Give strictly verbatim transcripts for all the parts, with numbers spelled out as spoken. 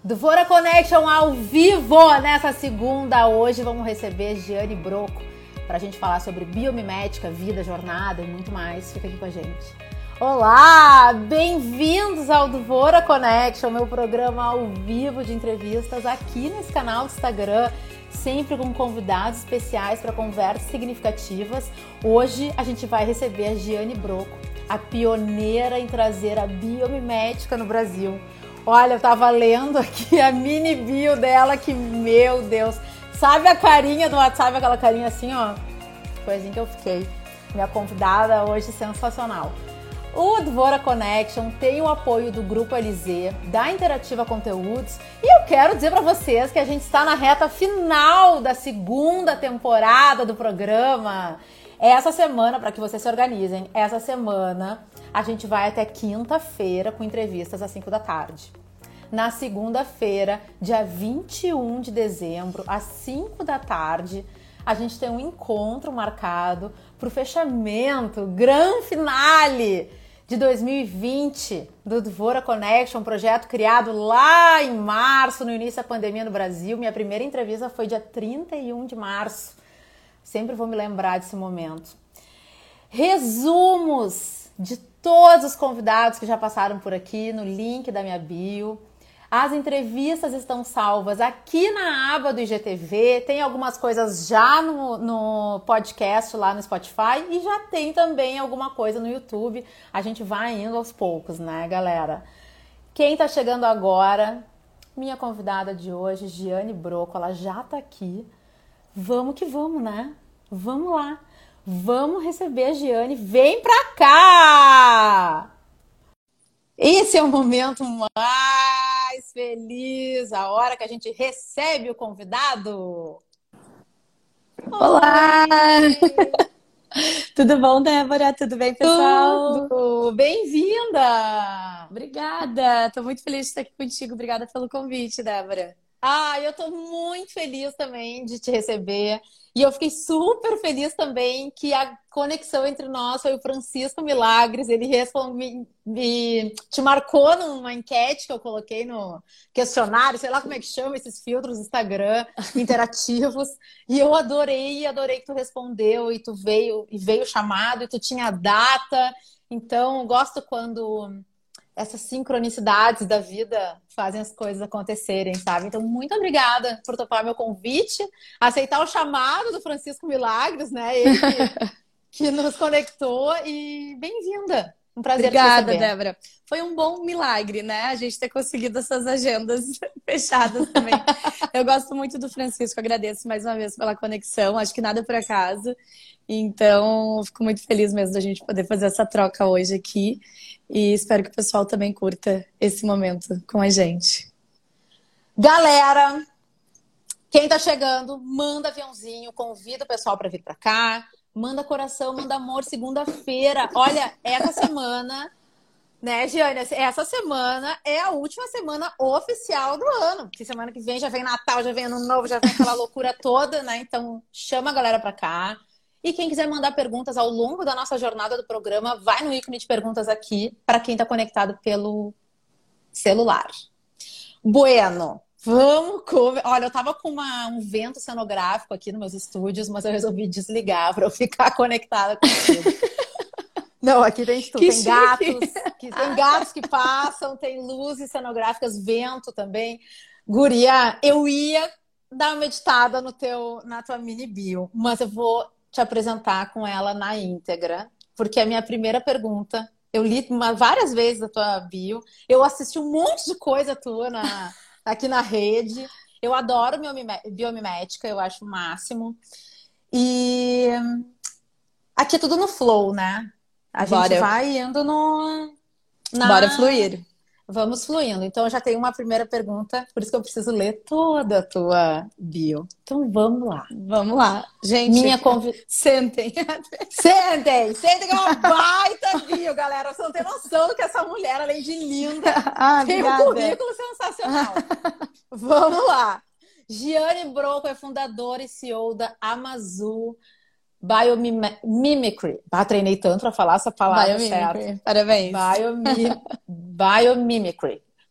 Dvora Connection ao vivo nessa segunda. Hoje vamos receber Giane Broco para a gente falar sobre biomimética, vida, jornada e muito mais. Fica aqui com a gente. Olá, bem-vindos ao Dvora Connection, meu programa ao vivo de entrevistas aqui nesse canal do Instagram, sempre com convidados especiais para conversas significativas. Hoje a gente vai receber a Giane Broco, a pioneira em trazer a biomimética no Brasil. Olha, eu tava lendo aqui a mini bio dela, que, meu Deus, sabe a carinha do WhatsApp, aquela carinha assim, ó? Foi assim que eu fiquei. Minha convidada hoje sensacional. O Dvora Connection tem o apoio do Grupo L Z, da Interativa Conteúdos, e eu quero dizer para vocês que a gente está na reta final da segunda temporada do programa. Essa semana, para que vocês se organizem, essa semana a gente vai até quinta-feira com entrevistas às cinco da tarde. Na segunda-feira, dia vinte e um de dezembro, às cinco da tarde, a gente tem um encontro marcado para o fechamento, grand finale de dois mil e vinte do Dvora Connection, um projeto criado lá em março, no início da pandemia no Brasil. Minha primeira entrevista foi dia trinta e um de março. Sempre vou me lembrar desse momento. Resumos de todos os convidados que já passaram por aqui no link da minha bio. As entrevistas estão salvas aqui na aba do I G T V. Tem algumas coisas já no, no podcast lá no Spotify e já tem também alguma coisa no YouTube. A gente vai indo aos poucos, né, galera? Quem tá chegando agora, minha convidada de hoje, Giane Broco, ela já tá aqui. Vamos que vamos, né? Vamos lá. Vamos receber a Giane. Vem pra cá! Esse é o momento mais feliz, a hora que a gente recebe o convidado. Olá! Tudo bom, Débora? Tudo bem, pessoal? Tudo! Bem-vinda! Obrigada! Tô muito feliz de estar aqui contigo. Obrigada pelo convite, Débora. Ah, eu tô muito feliz também de te receber. E eu fiquei super feliz também que a conexão entre nós foi o Francisco Milagres. Ele me, me, te marcou numa enquete que eu coloquei no questionário, sei lá como é que chama esses filtros Instagram interativos. E eu adorei, adorei que tu respondeu e tu veio, e veio chamado, e tu tinha a data. Então, eu gosto quando essas sincronicidades da vida fazem as coisas acontecerem, sabe? Então, muito obrigada por topar meu convite, aceitar o chamado do Francisco Milagres, né? Ele que, que nos conectou, e bem-vinda. Um prazer Obrigada, te receber. Débora. Foi um bom milagre, né? A gente ter conseguido essas agendas fechadas também. Eu gosto muito do Francisco, agradeço mais uma vez pela conexão, acho que nada por acaso. Então, fico muito feliz mesmo da gente poder fazer essa troca hoje aqui. E espero que o pessoal também curta esse momento com a gente. Galera, quem tá chegando, manda aviãozinho, convida o pessoal para vir para cá, manda coração, manda amor. Segunda-feira, olha, essa semana, né, Giane? Essa semana é a última semana oficial do ano, porque semana que vem já vem Natal, já vem Ano Novo, já vem aquela loucura toda, né? Então, chama a galera para cá. E quem quiser mandar perguntas ao longo da nossa jornada do programa, vai no ícone de perguntas aqui, para quem está conectado pelo celular. Bueno, vamos comer. Olha, eu tava com uma, um vento cenográfico aqui nos meus estúdios, mas eu resolvi desligar para eu ficar conectada com tudo. Não, aqui tem tudo. Que tem chique. gatos, que, tem gatos que passam, tem luzes cenográficas, vento também. Guria, eu ia dar uma meditada no teu, na tua mini bio, mas eu vou te apresentar com ela na íntegra, porque a minha primeira pergunta, eu li uma, várias vezes a tua bio, eu assisti um monte de coisa tua na, aqui na rede, eu adoro biomimética, eu acho o máximo, e aqui é tudo no flow, né? A Bora. gente vai indo no... Na... Bora fluir. Vamos fluindo. Então, eu já tenho uma primeira pergunta, por isso que eu preciso ler toda a tua bio. Então, vamos lá. Vamos lá. Gente, Minha convi... sentem. Sentem! Sentem que é uma baita bio, galera. Você não tem noção do que essa mulher, além de linda, ah, tem um currículo sensacional. Vamos lá. Giane Broco é fundadora e C E O da Amazul Biomimicry. Ah, treinei tanto para falar essa palavra certa. Parabéns. Biomim... Biomimicry.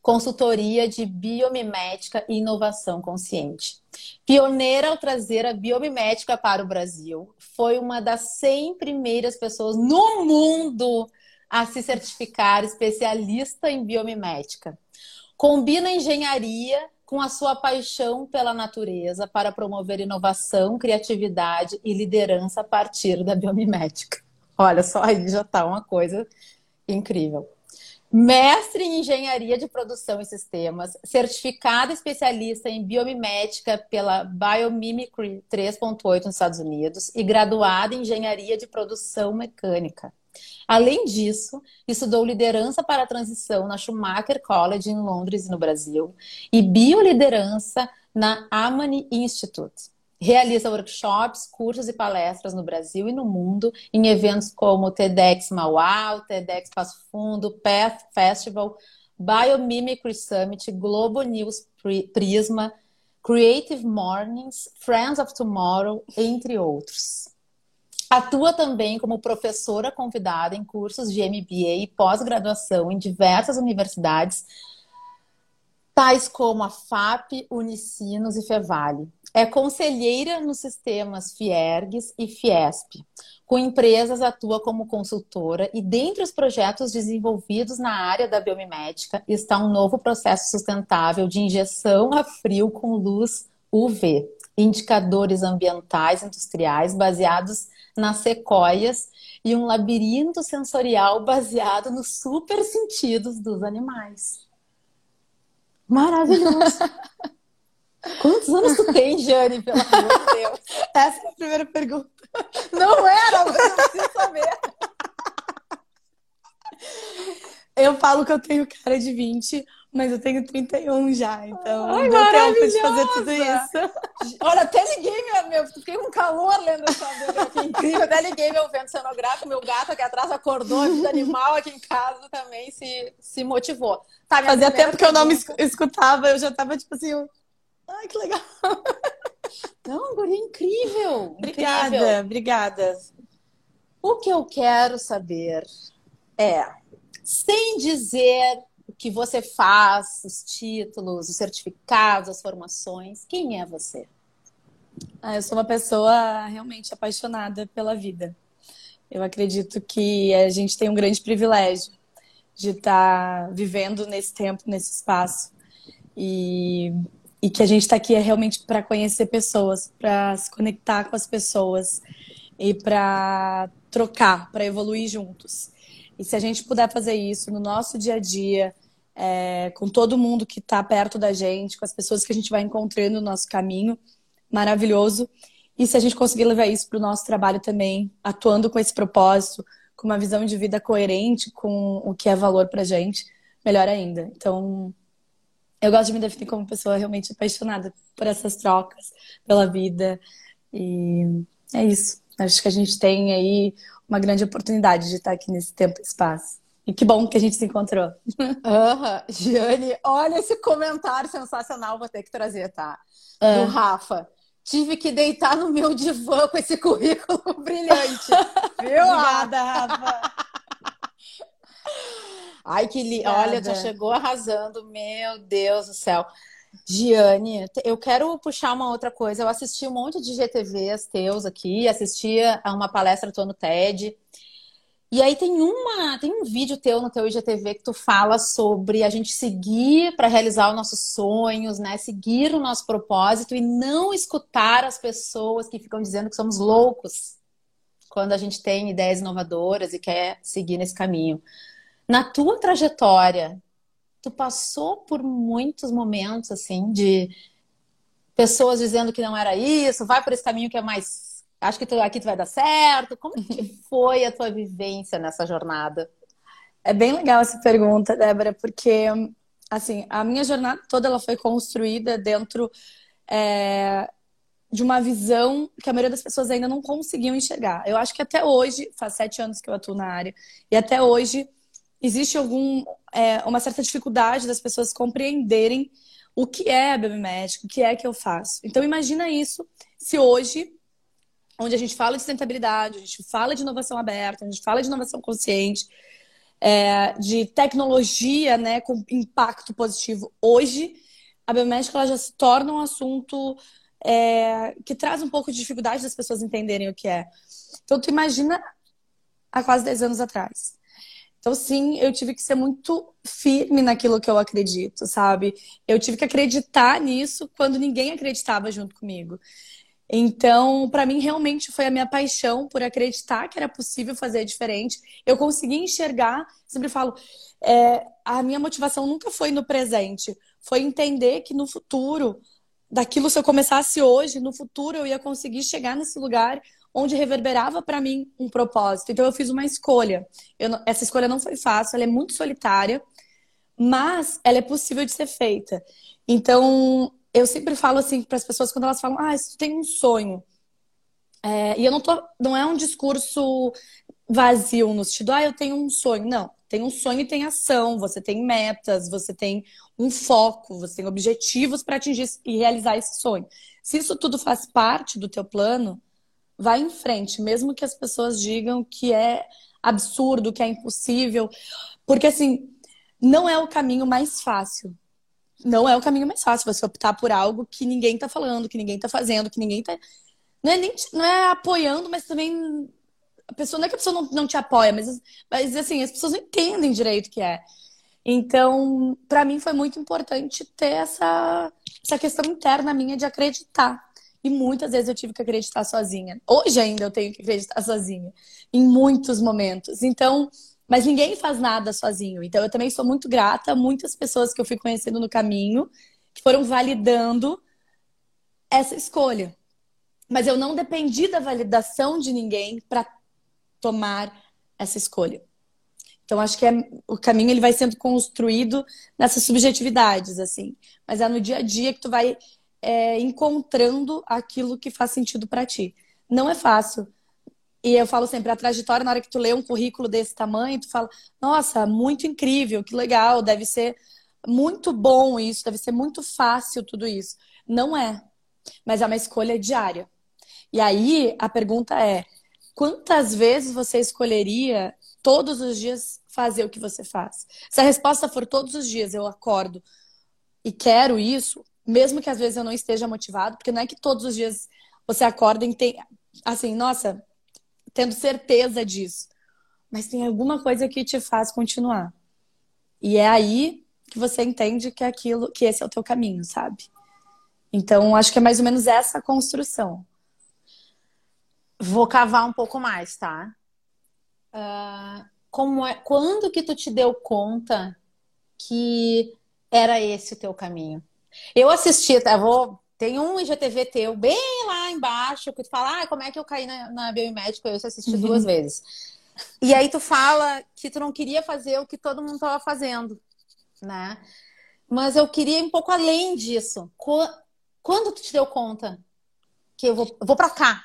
consultoria de biomimética e inovação consciente. Pioneira ao trazer a biomimética para o Brasil, foi uma das cem primeiras pessoas no mundo a se certificar especialista em biomimética. Combina engenharia com a sua paixão pela natureza para promover inovação, criatividade e liderança a partir da biomimética. Olha, só aí já está uma coisa incrível. Mestre em Engenharia de Produção e Sistemas, certificada especialista em biomimética pela Biomimicry três ponto oito nos Estados Unidos e graduada em Engenharia de Produção Mecânica. Além disso, estudou liderança para a transição na Schumacher College em Londres e no Brasil e bioliderança na Amani Institute. Realiza workshops, cursos e palestras no Brasil e no mundo em eventos como o TEDx Mauá, o TEDx Passo Fundo, Path Festival, Biomimicry Summit, Globo News Prisma, Creative Mornings, Friends of Tomorrow, entre outros. Atua também como professora convidada em cursos de M B A e pós-graduação em diversas universidades, tais como a FAP, Unicinos e Fevale. É conselheira nos sistemas Fiergs e Fiesp. Com empresas, atua como consultora e, dentre os projetos desenvolvidos na área da biomimética, está um novo processo sustentável de injeção a frio com luz U V, indicadores ambientais industriais baseados nas sequoias e um labirinto sensorial baseado nos super sentidos dos animais. Maravilhoso! Quantos anos tu tem, Jane? Pelo amor de Deus. Essa é a primeira pergunta. Não era, mas eu preciso saber. Eu falo que eu tenho cara de vinte, mas eu tenho trinta e um já, então Ai, deu tempo de fazer tudo isso. Olha, até liguei meu, meu fiquei com calor lendo essa biografia incrível, até liguei meu vento cenográfico, meu gato aqui atrás acordou, a vida animal aqui em casa também se, se motivou. Tá, fazia tempo que eu não me escutava, eu já tava tipo assim, eu... ai, que legal. Não, guria, incrível. Obrigada, incrível. obrigada. O que eu quero saber é, sem dizer o que você faz, os títulos, os certificados, as formações, quem é você? Ah, eu sou uma pessoa realmente apaixonada pela vida. Eu acredito que a gente tem um grande privilégio de estar vivendo nesse tempo, nesse espaço. E, e que a gente está aqui é realmente para conhecer pessoas, para se conectar com as pessoas e para trocar, para evoluir juntos. E se a gente puder fazer isso no nosso dia a dia, é, com todo mundo que está perto da gente, com as pessoas que a gente vai encontrando no nosso caminho, maravilhoso. E se a gente conseguir levar isso para o nosso trabalho também, atuando com esse propósito, com uma visão de vida coerente com o que é valor para a gente, melhor ainda. Então, eu gosto de me definir como pessoa realmente apaixonada por essas trocas, pela vida. E é isso. Acho que a gente tem aí uma grande oportunidade de estar aqui nesse tempo e espaço. E que bom que a gente se encontrou. Aham, uhum. Jane, olha esse comentário sensacional, vou ter que trazer, tá? É. Do Rafa. Tive que deitar no meu divã com esse currículo brilhante. Viu? Obrigada, Rafa. Ai, que lindo. Olha, já chegou arrasando. Meu Deus do céu. Giane, eu quero puxar uma outra coisa. Eu assisti um monte de G T Vs teus aqui, assistia a uma palestra tua no TED. E aí tem uma, tem um vídeo teu no teu I G T V que tu fala sobre a gente seguir para realizar os nossos sonhos, né? Seguir o nosso propósito e não escutar as pessoas que ficam dizendo que somos loucos quando a gente tem ideias inovadoras e quer seguir nesse caminho. Na tua trajetória, tu passou por muitos momentos, assim, de pessoas dizendo que não era isso, vai por esse caminho que é mais... Acho que tu, aqui tu vai dar certo. Como que foi a tua vivência nessa jornada? É bem legal essa pergunta, Débora, porque, assim, a minha jornada toda ela foi construída dentro é, de uma visão que a maioria das pessoas ainda não conseguiam enxergar. Eu acho que até hoje, faz sete anos que eu atuo na área, e até hoje existe algum, é, uma certa dificuldade das pessoas compreenderem o que é a biomimética, o que é que eu faço. Então, imagina isso se hoje, onde a gente fala de sustentabilidade, a gente fala de inovação aberta, a gente fala de inovação consciente, é, de tecnologia, né, com impacto positivo. Hoje, a biomédica ela já se torna um assunto é, que traz um pouco de dificuldade das pessoas entenderem o que é. Então, tu imagina há quase dez anos atrás. Então, sim, eu tive que ser muito firme naquilo que eu acredito, sabe? Eu tive que acreditar nisso quando ninguém acreditava junto comigo. Então, para mim, realmente foi a minha paixão por acreditar que era possível fazer diferente. Eu consegui enxergar, sempre falo, é, a minha motivação nunca foi no presente, foi entender que no futuro, daquilo se eu começasse hoje, no futuro eu ia conseguir chegar nesse lugar onde reverberava para mim um propósito. Então, eu fiz uma escolha. Eu não- essa escolha não foi fácil, ela é muito solitária, mas ela é possível de ser feita. Então, eu sempre falo assim para as pessoas quando elas falam, ah, se tu tem um sonho. É, e eu não tô, não é um discurso vazio no sentido, ah, eu tenho um sonho. Não, tem um sonho e tem ação, você tem metas, você tem um foco, você tem objetivos para atingir e realizar esse sonho. Se isso tudo faz parte do teu plano, vai em frente, mesmo que as pessoas digam que é absurdo, que é impossível, porque assim, não é o caminho mais fácil. Não é o caminho mais fácil você optar por algo que ninguém tá falando, que ninguém tá fazendo, que ninguém tá. Não é, nem, não é apoiando, mas também. A pessoa, não é que a pessoa não, não te apoia, mas, mas assim, as pessoas não entendem direito o que é. Então, pra mim foi muito importante ter essa, essa questão interna minha de acreditar. E muitas vezes eu tive que acreditar sozinha. Hoje ainda eu tenho que acreditar sozinha. Em muitos momentos. Então, mas ninguém faz nada sozinho. Então, eu também sou muito grata a muitas pessoas que eu fui conhecendo no caminho, que foram validando essa escolha. Mas eu não dependi da validação de ninguém para tomar essa escolha. Então, acho que é, o caminho ele vai sendo construído nessas subjetividades, assim. Mas é no dia a dia que tu vai é, encontrando aquilo que faz sentido para ti. Não é fácil. E eu falo sempre, a trajetória, na hora que tu lê um currículo desse tamanho, tu fala, nossa, muito incrível, que legal, deve ser muito bom isso, deve ser muito fácil tudo isso. Não é, mas é uma escolha diária. E aí, a pergunta é, quantas vezes você escolheria todos os dias fazer o que você faz? Se a resposta for todos os dias eu acordo e quero isso, mesmo que às vezes eu não esteja motivado, porque não é que todos os dias você acorda e tem, assim, nossa, tendo certeza disso. Mas tem alguma coisa que te faz continuar. E é aí que você entende que aquilo, que esse é o teu caminho, sabe? Então, acho que é mais ou menos essa construção. Vou cavar um pouco mais, tá? Ah, como é, quando que tu te deu conta que era esse o teu caminho? Eu assisti, tá? Eu vou, tem um I G T V teu bem lá embaixo que tu fala, ah, como é que eu caí na, na biomédica? Eu assisti duas vezes. E aí tu fala que tu não queria fazer o que todo mundo estava fazendo, né? Mas eu queria ir um pouco além disso. Qu- Quando tu te deu conta que eu vou, eu vou para cá?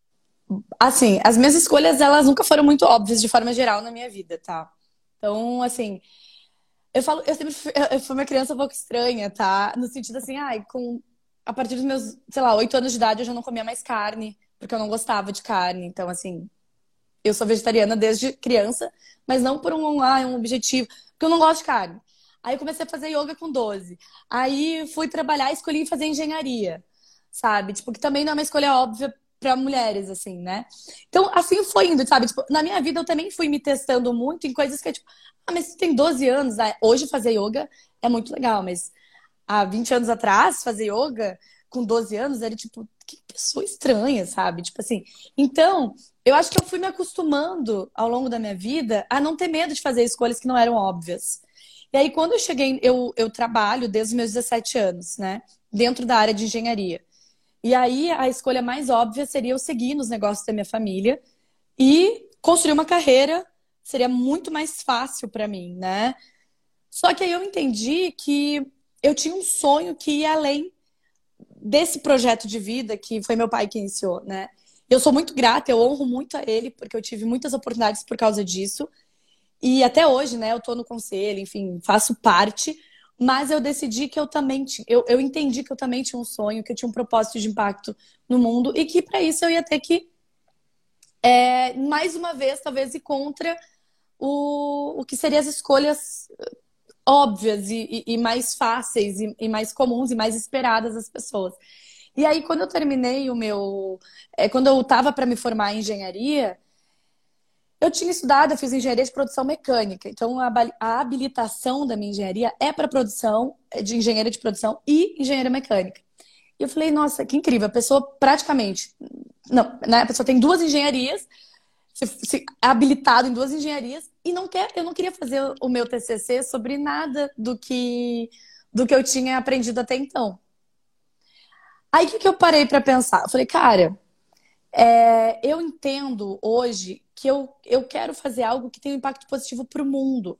Assim, as minhas escolhas, elas nunca foram muito óbvias de forma geral na minha vida, tá? Então, assim, eu falo, eu sempre fui, eu fui uma criança um pouco estranha, tá? No sentido assim, ai, com a partir dos meus, sei lá, oito anos de idade eu já não comia mais carne, porque eu não gostava de carne. Então, assim, eu sou vegetariana desde criança, mas não por um, ah, um objetivo, porque eu não gosto de carne. Aí eu comecei a fazer yoga com doze. Aí fui trabalhar e escolhi fazer engenharia, sabe? Tipo, que também não é uma escolha óbvia para mulheres, assim, né? Então, assim foi indo, sabe? Tipo, na minha vida eu também fui me testando muito em coisas que é tipo, ah, mas tu tem doze anos, né? Hoje fazer yoga é muito legal, mas há vinte anos atrás, fazer yoga com doze anos era tipo, que pessoa estranha, sabe? Tipo assim. Então, eu acho que eu fui me acostumando ao longo da minha vida a não ter medo de fazer escolhas que não eram óbvias. E aí, quando eu cheguei, eu, eu trabalho desde os meus dezessete anos, né? Dentro da área de engenharia. E aí, a escolha mais óbvia seria eu seguir nos negócios da minha família e construir uma carreira seria muito mais fácil para mim, né? Só que aí eu entendi que eu tinha um sonho que ia além desse projeto de vida que foi meu pai que iniciou, né? Eu sou muito grata, eu honro muito a ele, porque eu tive muitas oportunidades por causa disso. E até hoje, né, eu tô no conselho, enfim, faço parte, mas eu decidi que eu também tinha, eu, eu entendi que eu também tinha um sonho, que eu tinha um propósito de impacto no mundo e que para isso eu ia ter que, é, mais uma vez, talvez ir contra o, o que seriam as escolhas óbvias e, e, e mais fáceis e, e mais comuns e mais esperadas das pessoas. E aí, quando eu terminei o meu... É, quando eu estava para me formar em engenharia, eu tinha estudado, eu fiz engenharia de produção mecânica. Então, a, a habilitação da minha engenharia é para produção, de engenharia de produção e engenharia mecânica. E eu falei, nossa, que incrível. A pessoa praticamente... Não, né? A pessoa tem duas engenharias, se, se, habilitado em duas engenharias, e não quer, eu não queria fazer o meu T C C sobre nada do que, do que eu tinha aprendido até então. Aí, o que, que eu parei para pensar? Eu falei, cara, é, eu entendo hoje que eu, eu quero fazer algo que tenha um impacto positivo para o mundo.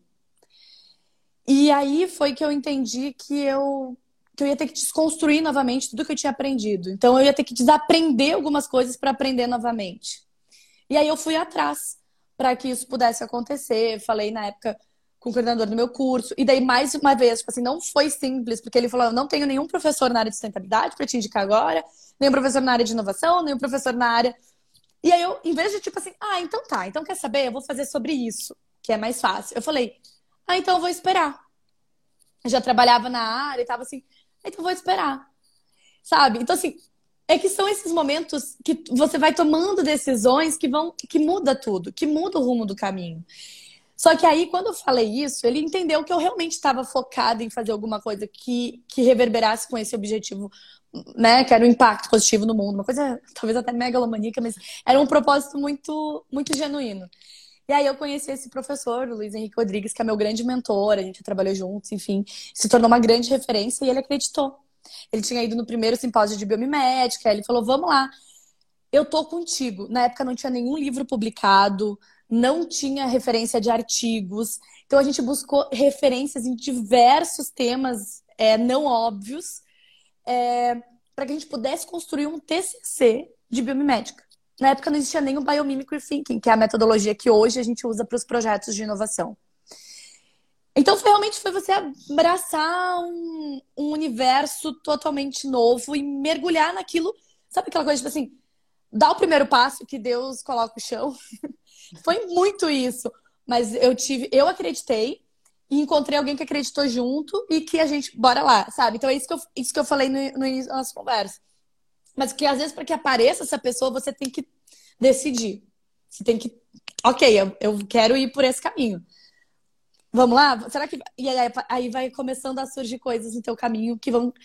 E aí foi que eu entendi que eu, que eu ia ter que desconstruir novamente tudo que eu tinha aprendido. Então eu ia ter que desaprender algumas coisas para aprender novamente. E aí eu fui atrás para que isso pudesse acontecer. Falei na época com o coordenador do meu curso. E daí, mais uma vez, tipo assim, não foi simples, porque ele falou, eu não tenho nenhum professor na área de sustentabilidade para te indicar agora, nenhum professor na área de inovação, nenhum professor na área... E aí eu, em vez de tipo assim, ah, então tá, então quer saber? Eu vou fazer sobre isso, que é mais fácil. Eu falei, ah, então eu vou esperar. Eu já trabalhava na área e tava assim, ah, então eu vou esperar. Sabe? Então assim, é que são esses momentos que você vai tomando decisões que vão, que muda tudo, que muda o rumo do caminho. Só que aí, quando eu falei isso, ele entendeu que eu realmente estava focada em fazer alguma coisa que, que reverberasse com esse objetivo, né? Que era um impacto positivo no mundo. Uma coisa, talvez até megalomaníaca, mas era um propósito muito, muito genuíno. E aí eu conheci esse professor, o Luiz Henrique Rodrigues, que é meu grande mentor, a gente trabalhou juntos, enfim, se tornou uma grande referência e ele acreditou. Ele tinha ido no primeiro simpósio de biomimética, ele falou, vamos lá, eu tô contigo. Na época não tinha nenhum livro publicado, não tinha referência de artigos. Então a gente buscou referências em diversos temas é, não óbvios é, para que a gente pudesse construir um T C C de biomimética. Na época não existia nem o Biomimicry Thinking, que é a metodologia que hoje a gente usa para os projetos de inovação. Então foi, realmente foi você abraçar um, um universo totalmente novo e mergulhar naquilo. Sabe aquela coisa tipo assim, dar o primeiro passo que Deus coloca o chão? Foi muito isso. Mas eu tive, eu acreditei e encontrei alguém que acreditou junto e que a gente, bora lá, sabe? Então é isso que eu, isso que eu falei no, no início da nossa conversa. Mas que às vezes para que apareça essa pessoa, você tem que decidir. Você tem que, ok, eu, eu quero ir por esse caminho. Vamos lá? Será que... E aí, aí vai começando a surgir coisas no teu caminho que vão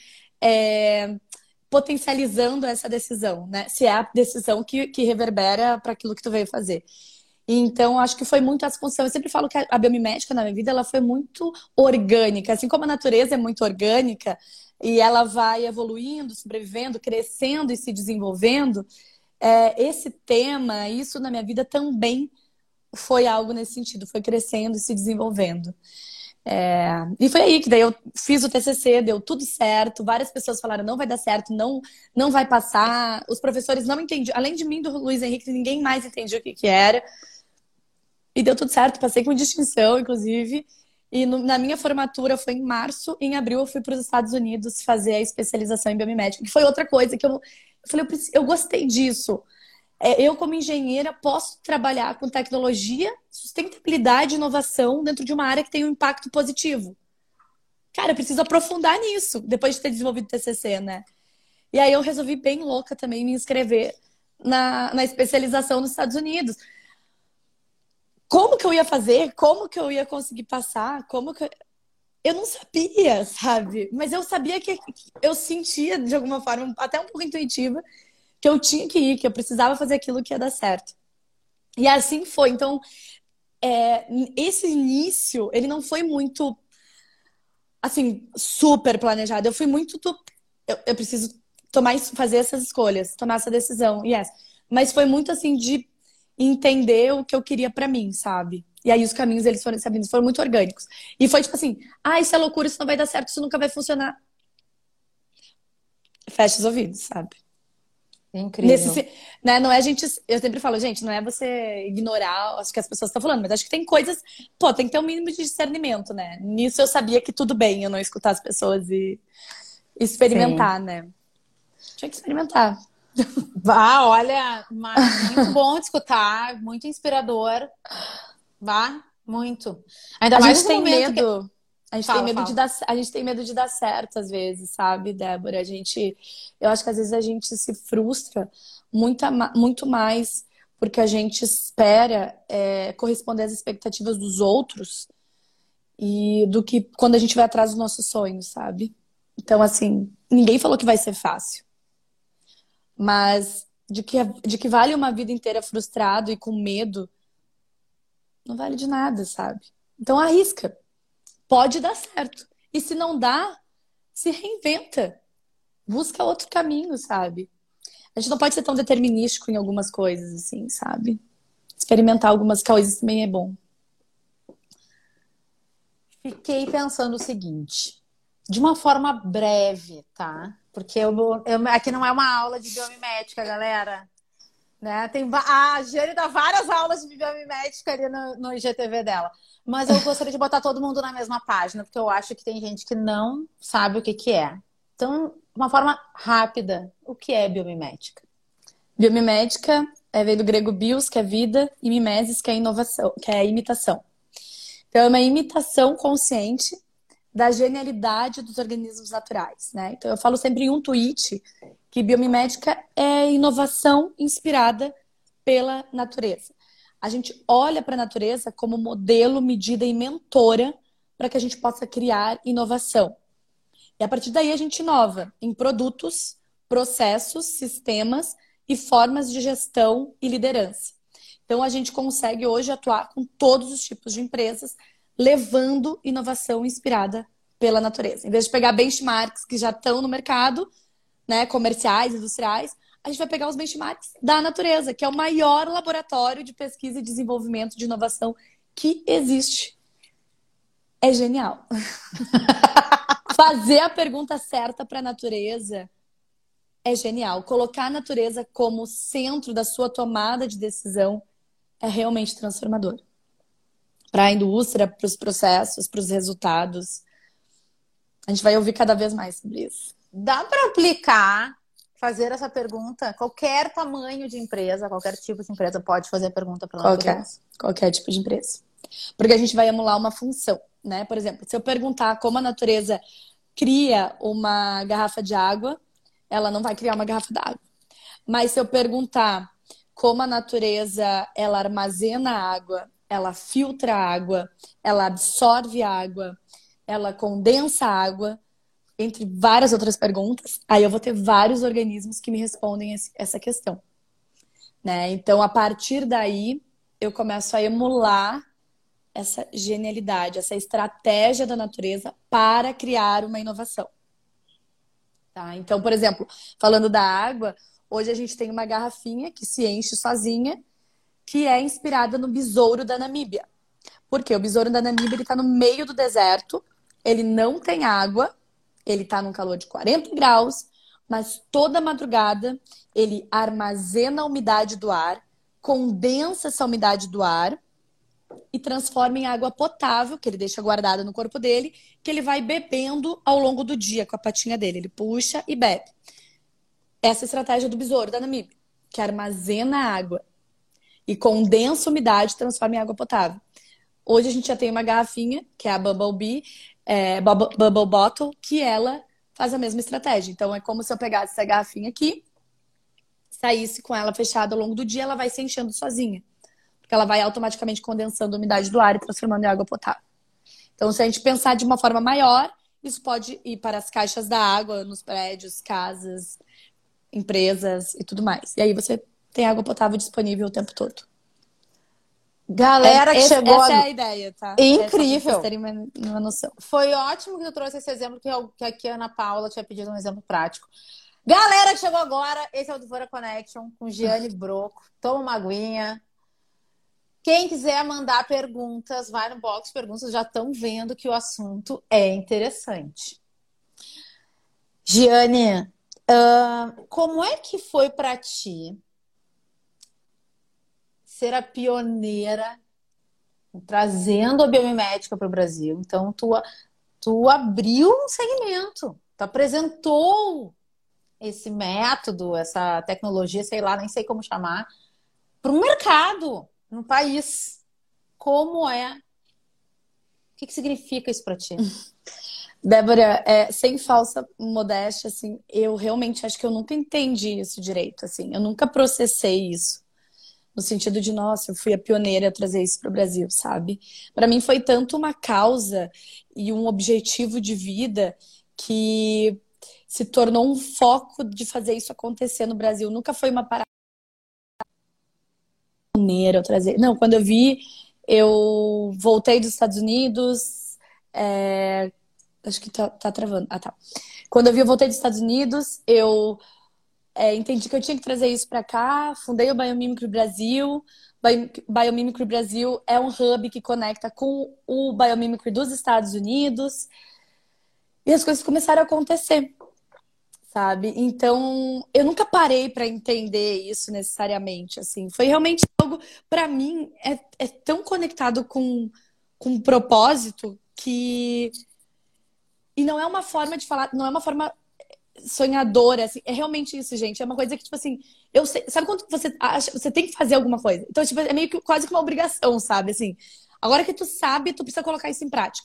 é, potencializando essa decisão, né? Se é a decisão que, que reverbera para aquilo que tu veio fazer. Então, acho que foi muito essa função. Eu sempre falo que a biomimética na minha vida, ela foi muito orgânica. Assim como a natureza é muito orgânica e ela vai evoluindo, sobrevivendo, crescendo e se desenvolvendo, é, esse tema, isso na minha vida também foi algo nesse sentido. Foi crescendo e se desenvolvendo. É, e foi aí que daí eu fiz o T C C, deu tudo certo. Várias pessoas falaram, não vai dar certo, não, não vai passar. Os professores não entendiam. Além de mim, do Luiz Henrique, ninguém mais entendia o que, que era. E deu tudo certo, passei com distinção, inclusive. E no, na minha formatura foi em março, e em abril eu fui para os Estados Unidos fazer a especialização em biomimética, que foi outra coisa que eu, eu falei, eu, eu gostei disso. É, eu, como engenheira, posso trabalhar com tecnologia, sustentabilidade e inovação dentro de uma área que tem um impacto positivo. Cara, eu preciso aprofundar nisso, depois de ter desenvolvido o T C C, né? E aí eu resolvi, bem louca também, me inscrever na, na especialização nos Estados Unidos. Como que eu ia fazer? Como que eu ia conseguir passar? Como que eu... eu não sabia, sabe? Mas eu sabia que eu sentia, de alguma forma, até um pouco intuitiva, que eu tinha que ir, que eu precisava fazer aquilo que ia dar certo. E assim foi. Então, é, esse início, ele não foi muito, assim, super planejado. Eu fui muito... Eu, eu preciso tomar, fazer essas escolhas, tomar essa decisão, yes. Mas foi muito, assim, de entender o que eu queria pra mim, sabe? E aí os caminhos, eles foram, sabe, foram muito orgânicos. E foi tipo assim, ah, isso é loucura, isso não vai dar certo, isso nunca vai funcionar. Fecha os ouvidos, sabe? Incrível. Nesse, né, não é a gente... Eu sempre falo, gente, não é você ignorar acho que as pessoas estão falando, mas acho que tem coisas... Pô, tem que ter um mínimo de discernimento, né? Nisso eu sabia que tudo bem eu não escutar as pessoas e experimentar, Sim. né? Tinha que experimentar. Vá, olha, mas muito bom de escutar, muito inspirador. Vá, Muito. Ainda A mais gente nesse tem momento que... medo. A gente tem Fala, medo de fala. dar, a gente tem medo de dar certo às vezes, sabe, Débora? A gente, eu acho que às vezes a gente se frustra muito, muito mais porque a gente espera é, corresponder às expectativas dos outros e do que quando a gente vai atrás dos nossos sonhos, sabe? Então, assim, ninguém falou que vai ser fácil, mas de que, de que vale uma vida inteira frustrado e com medo, não vale de nada, sabe? Então arrisca. Pode dar certo. E se não dá, se reinventa. Busca outro caminho, sabe? A gente não pode ser tão determinístico em algumas coisas, assim, sabe? Experimentar algumas coisas também é bom. Fiquei pensando o seguinte, de uma forma breve, tá? Porque eu, eu, aqui não é uma aula de biomimética, galera. Né? Tem, a Jane dá várias aulas de biomimética ali no, no I G T V dela. Mas eu gostaria de botar todo mundo na mesma página, porque eu acho que tem gente que não sabe o que, que é. Então, de uma forma rápida, o que é biomimética? Biomimética é, vem do grego bios, que é vida, e mimesis, que é inovação, que é imitação. Então, é uma imitação consciente da genialidade dos organismos naturais, né? Então, eu falo sempre em um tweet que biomimética é inovação inspirada pela natureza. A gente olha para a natureza como modelo, medida e mentora para que a gente possa criar inovação. E a partir daí a gente inova em produtos, processos, sistemas e formas de gestão e liderança. Então a gente consegue hoje atuar com todos os tipos de empresas, levando inovação inspirada pela natureza. Em vez de pegar benchmarks que já estão no mercado, né, comerciais, industriais, a gente vai pegar os benchmarks da natureza, que é o maior laboratório de pesquisa e desenvolvimento de inovação que existe. É genial. Fazer a pergunta certa para a natureza é genial. Colocar a natureza como centro da sua tomada de decisão é realmente transformador. Para a indústria, para os processos, para os resultados. A gente vai ouvir cada vez mais sobre isso. Dá para aplicar, fazer essa pergunta? Qualquer tamanho de empresa, qualquer tipo de empresa pode fazer a pergunta para a natureza? Qualquer tipo de empresa. Porque a gente vai emular uma função, né? Por exemplo, se eu perguntar como a natureza cria uma garrafa de água, ela não vai criar uma garrafa d'água. Mas se eu perguntar como a natureza ela armazena água, ela filtra água, ela absorve água, ela condensa água, entre várias outras perguntas, aí eu vou ter vários organismos que me respondem esse, essa questão. Né? Então, a partir daí, eu começo a emular essa genialidade, essa estratégia da natureza para criar uma inovação. Tá? Então, por exemplo, falando da água, hoje a gente tem uma garrafinha que se enche sozinha, que é inspirada no besouro da Namíbia. Por quê? O besouro da Namíbia está no meio do deserto, ele não tem água, ele está num calor de quarenta graus, mas toda madrugada ele armazena a umidade do ar, condensa essa umidade do ar e transforma em água potável, que ele deixa guardada no corpo dele, que ele vai bebendo ao longo do dia com a patinha dele. Ele puxa e bebe. Essa é a estratégia do besouro da Namíbia, que armazena água e condensa a umidade e transforma em água potável. Hoje a gente já tem uma garrafinha, que é a Bubble Bee, é, Bubble, Bubble Bottle, que ela faz a mesma estratégia. Então é como se eu pegasse essa garrafinha aqui, saísse com ela fechada ao longo do dia, ela vai se enchendo sozinha. Porque ela vai automaticamente condensando a umidade do ar e transformando em água potável. Então, se a gente pensar de uma forma maior, isso pode ir para as caixas da água, nos prédios, casas, empresas e tudo mais. E aí você tem água potável disponível o tempo todo. Galera que Esse, chegou... Essa a... é a ideia, tá? Incrível! É pra vocês terem uma, uma noção. Foi ótimo que tu trouxe esse exemplo, que, eu, que aqui a Ana Paula tinha pedido um exemplo prático. Galera que chegou agora, esse é o Dvora Connection com Giane Broco. Toma uma aguinha. Quem quiser mandar perguntas, vai no box de perguntas, já estão vendo que o assunto é interessante. Giane, uh, como é que foi para ti ser a pioneira trazendo a biomimética para o Brasil? Então, tu, tu abriu um segmento, tu apresentou esse método, essa tecnologia, sei lá, nem sei como chamar, para o mercado, no país. Como é que, que significa isso pra ti? Débora, é, sem falsa modéstia, assim, eu realmente acho que eu nunca entendi isso direito, assim. Eu nunca processei isso. No sentido de, nossa, eu fui a pioneira a trazer isso para o Brasil, sabe? Para mim foi tanto uma causa e um objetivo de vida que se tornou um foco de fazer isso acontecer no Brasil. Nunca foi uma parada pioneira a trazer. Não, quando eu vi, eu voltei dos Estados Unidos, é, acho que tá, tá travando. Ah, tá. Quando eu vi, eu voltei dos Estados Unidos, eu é, entendi que eu tinha que trazer isso para cá, fundei o Biomimicry Brasil. Bio- Biomimicry Brasil é um hub que conecta com o Biomimicry dos Estados Unidos. E as coisas começaram a acontecer, sabe? Então, eu nunca parei para entender isso necessariamente, assim. Foi realmente algo, para mim, é, é tão conectado com, com um propósito que... E não é uma forma de falar, não é uma forma sonhadora, assim. É realmente isso, gente. É uma coisa que, tipo assim, eu sei, sabe quando você acha, você tem que fazer alguma coisa? Então, tipo, é meio que quase que uma obrigação, sabe? Assim, agora que tu sabe, tu precisa colocar isso em prática.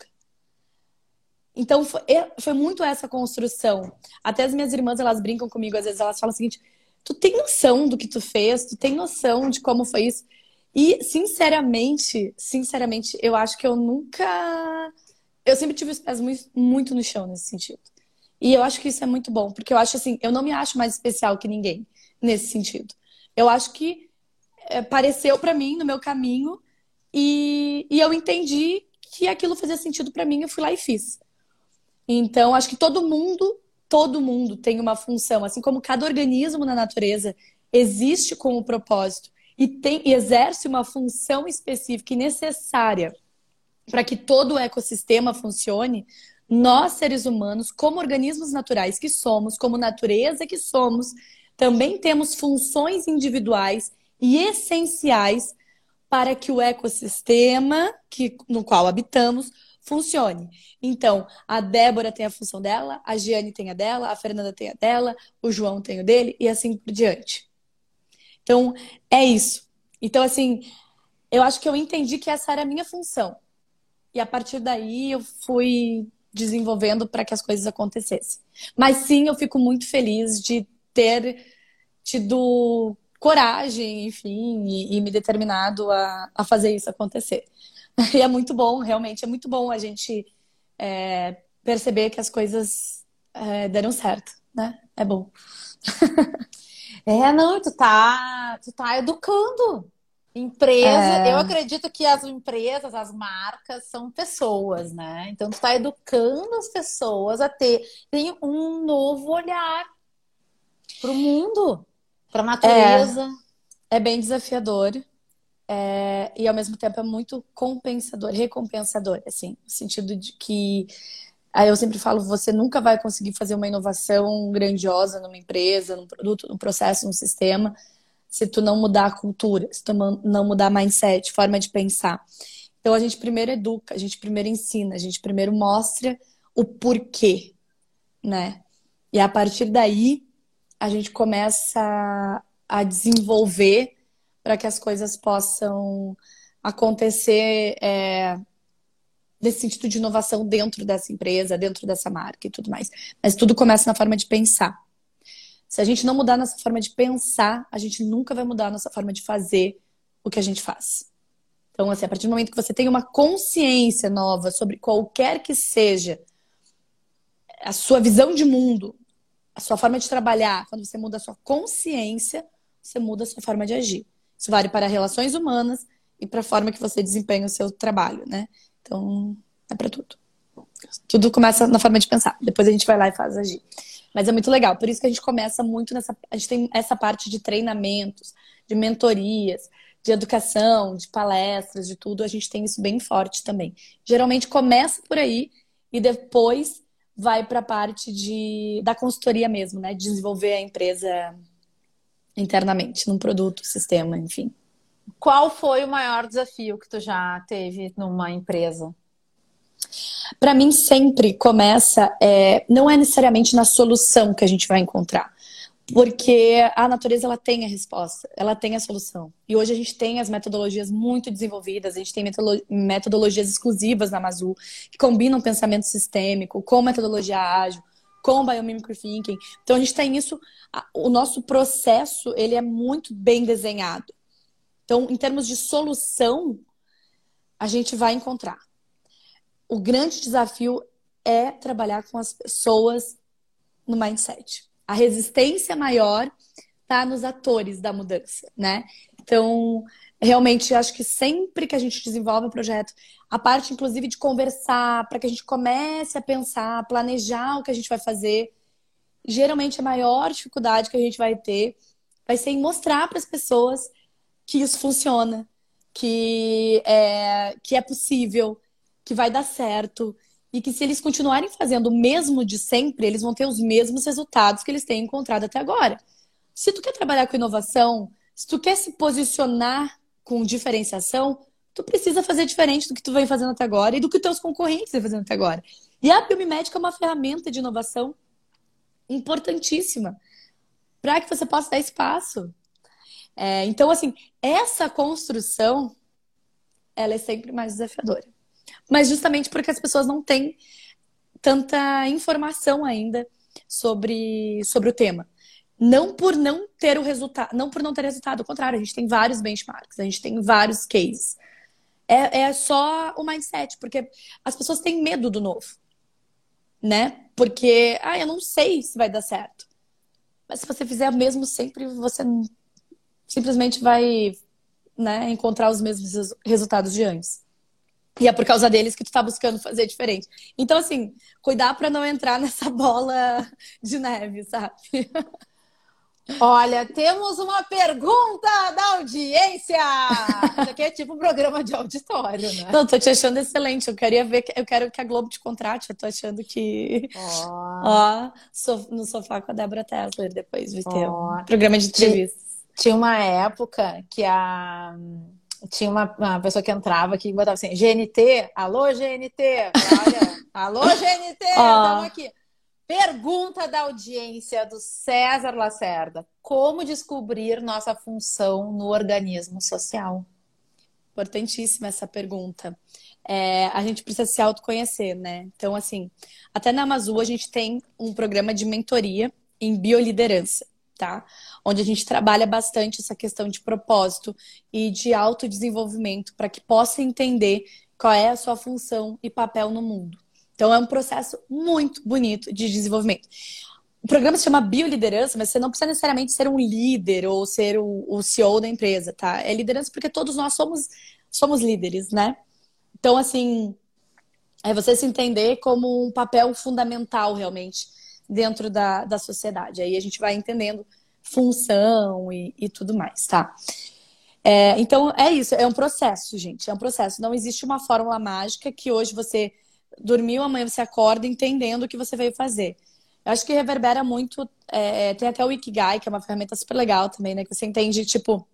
Então, foi, é- foi muito essa construção. Até as minhas irmãs, elas brincam comigo, às vezes elas falam o seguinte: tu tem noção do que tu fez? Tu tem noção de como foi isso? E, sinceramente, sinceramente, eu acho que eu nunca. Eu sempre tive os pés muito, muito no chão nesse sentido. E eu acho que isso é muito bom, porque eu acho assim, eu não me acho mais especial que ninguém nesse sentido. Eu acho que é, apareceu pra mim no meu caminho e, e eu entendi que aquilo fazia sentido pra mim, eu fui lá e fiz. Então, acho que todo mundo, todo mundo tem uma função, assim como cada organismo na natureza existe com o propósito e tem e exerce uma função específica e necessária para que todo o ecossistema funcione. Nós, seres humanos, como organismos naturais que somos, como natureza que somos, também temos funções individuais e essenciais para que o ecossistema que, no qual habitamos funcione. Então, a Débora tem a função dela, a Giane tem a dela, a Fernanda tem a dela, o João tem o dele e assim por diante. Então, é isso. Então, assim, eu acho que eu entendi que essa era a minha função. E a partir daí eu fui desenvolvendo para que as coisas acontecessem. Mas sim, eu fico muito feliz de ter tido coragem, enfim, e, e me determinado a, a fazer isso acontecer. E é muito bom, realmente, é muito bom a gente é, perceber que as coisas é, deram certo, né? É bom. É, não, tu tá, tu tá educando. Empresa, eu É, acredito que as empresas, as marcas são pessoas, né? Então tu tá educando as pessoas a ter, tem um novo olhar para o mundo, para a é, natureza. é bem desafiador. É, e ao mesmo tempo é muito compensador, recompensador, assim, no sentido de que aí eu sempre falo, você nunca vai conseguir fazer uma inovação grandiosa numa empresa, num produto, num processo, num sistema, se tu não mudar a cultura, se tu não mudar mindset, forma de pensar. Então a gente primeiro educa, a gente primeiro ensina, a gente primeiro mostra o porquê, né? E a partir daí a gente começa a desenvolver para que as coisas possam acontecer é, nesse sentido de inovação dentro dessa empresa, dentro dessa marca e tudo mais. Mas tudo começa na forma de pensar. Se a gente não mudar nossa forma de pensar, a gente nunca vai mudar a nossa forma de fazer o que a gente faz. Então, assim, a partir do momento que você tem uma consciência nova sobre qualquer que seja a sua visão de mundo, a sua forma de trabalhar, quando você muda a sua consciência, você muda a sua forma de agir. Isso vale para relações humanas e para a forma que você desempenha o seu trabalho, né? Então, é para tudo. Tudo começa na forma de pensar. Depois a gente vai lá e faz agir. Mas é muito legal. Por isso que a gente começa muito nessa... A gente tem essa parte de treinamentos, de mentorias, de educação, de palestras, de tudo. A gente tem isso bem forte também. Geralmente começa por aí e depois vai para a parte de, da consultoria mesmo, né? De desenvolver a empresa internamente, num produto, sistema, enfim. Qual foi o maior desafio que tu já teve numa empresa? Para mim, sempre começa, é, não é necessariamente na solução que a gente vai encontrar. Porque a natureza ela tem a resposta, ela tem a solução. E hoje a gente tem as metodologias muito desenvolvidas, a gente tem metodolo- metodologias exclusivas na Amazul, que combinam pensamento sistêmico com metodologia ágil, com biomimicry thinking. Então a gente tem isso, a- o nosso processo ele é muito bem desenhado. Então, em termos de solução, a gente vai encontrar. O grande desafio é trabalhar com as pessoas no mindset. A resistência maior está nos atores da mudança, né? Então, realmente, acho que sempre que a gente desenvolve um projeto, a parte, inclusive, de conversar, para que a gente comece a pensar, planejar o que a gente vai fazer, geralmente a maior dificuldade que a gente vai ter vai ser em mostrar para as pessoas que isso funciona, que é, que é possível, que vai dar certo. E que se eles continuarem fazendo o mesmo de sempre, eles vão ter os mesmos resultados que eles têm encontrado até agora. Se tu quer trabalhar com inovação, se tu quer se posicionar com diferenciação, tu precisa fazer diferente do que tu vem fazendo até agora e do que teus concorrentes vêm fazendo até agora. E a biomimética é uma ferramenta de inovação importantíssima para que você possa dar espaço. É, então, assim, essa construção, ela é sempre mais desafiadora. Mas justamente porque as pessoas não têm tanta informação ainda sobre, sobre o tema. Não por não ter o resultado, não por não ter resultado, ao contrário, a gente tem vários benchmarks, a gente tem vários cases. É, é só o mindset, porque as pessoas têm medo do novo, né? Porque, ah, eu não sei se vai dar certo. Mas se você fizer o mesmo sempre, você simplesmente vai, né, encontrar os mesmos resultados de antes. E é por causa deles que tu tá buscando fazer diferente. Então, assim, cuidar pra não entrar nessa bola de neve, sabe? Olha, temos uma pergunta da audiência! Isso aqui é tipo um programa de auditório, né? Não, tô te achando excelente. Eu queria ver, eu quero que a Globo te contrate. Eu tô achando que. Ó, Ó, so- no sofá com a Débora Tesler, depois vai ter um ó. programa de Ti- entrevistas. Tinha uma época que a... tinha uma, uma pessoa que entrava aqui e botava assim, G N T, alô G N T, olha, alô G N T, estamos Ó, aqui. Pergunta da audiência do César Lacerda. Como descobrir nossa função no organismo social? importantíssima essa pergunta. É, a gente precisa se autoconhecer, né? Então, assim, até na Amazul a gente tem um programa de mentoria em bioliderança, tá? Onde a gente trabalha bastante essa questão de propósito e de autodesenvolvimento para que possa entender qual é a sua função e papel no mundo. Então, é um processo muito bonito de desenvolvimento. O programa se chama bioliderança, mas você não precisa necessariamente ser um líder ou ser o, o C E O da empresa, tá? É liderança porque todos nós somos, somos líderes, né? Então, assim, é você se entender como um papel fundamental, realmente, dentro da, da sociedade. Aí a gente vai entendendo função e, e tudo mais, tá? É, então, é isso, é um processo, gente, é um processo. Não existe uma fórmula mágica que hoje você dormiu, amanhã você acorda entendendo o que você veio fazer. Eu acho que reverbera muito, é, tem até o Ikigai, que é uma ferramenta super legal também, né? Que você entende, tipo,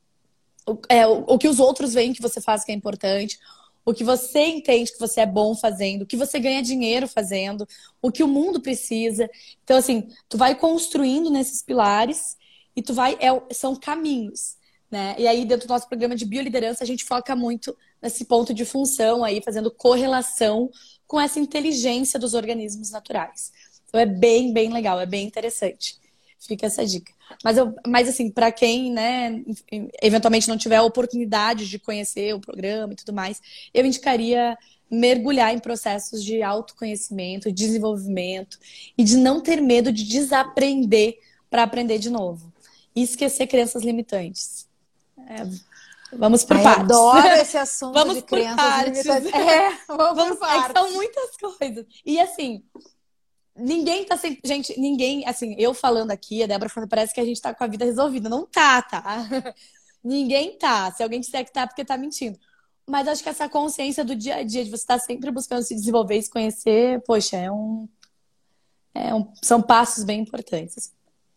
o, é, o, o que os outros veem que você faz que é importante, o que você entende que você é bom fazendo, o que você ganha dinheiro fazendo, o que o mundo precisa. Então, assim, tu vai construindo nesses pilares e tu vai, é, são caminhos, né? E aí, dentro do nosso programa de bioliderança, a gente foca muito nesse ponto de função aí, fazendo correlação com essa inteligência dos organismos naturais. Então, é bem, bem legal, é bem interessante. Fica essa dica. Mas, eu, mas assim, para quem, né, eventualmente não tiver a oportunidade de conhecer o programa e tudo mais, eu indicaria mergulhar em processos de autoconhecimento, desenvolvimento e de não ter medo de desaprender para aprender de novo. E esquecer crenças limitantes. É, vamos por Ai, partes. adoro esse assunto Vamos de por crenças partes. limitantes. É, vamos, Vamos, por é que são partes. muitas coisas. E assim, ninguém tá sem. Gente, ninguém, assim, eu falando aqui, a Débora falando, parece que a gente tá com a vida resolvida. Não tá, tá? Ninguém tá. Se alguém disser que tá, é porque tá mentindo. Mas acho que essa consciência do dia a dia, de você estar sempre buscando se desenvolver e se conhecer, poxa, é um, é um, são passos bem importantes.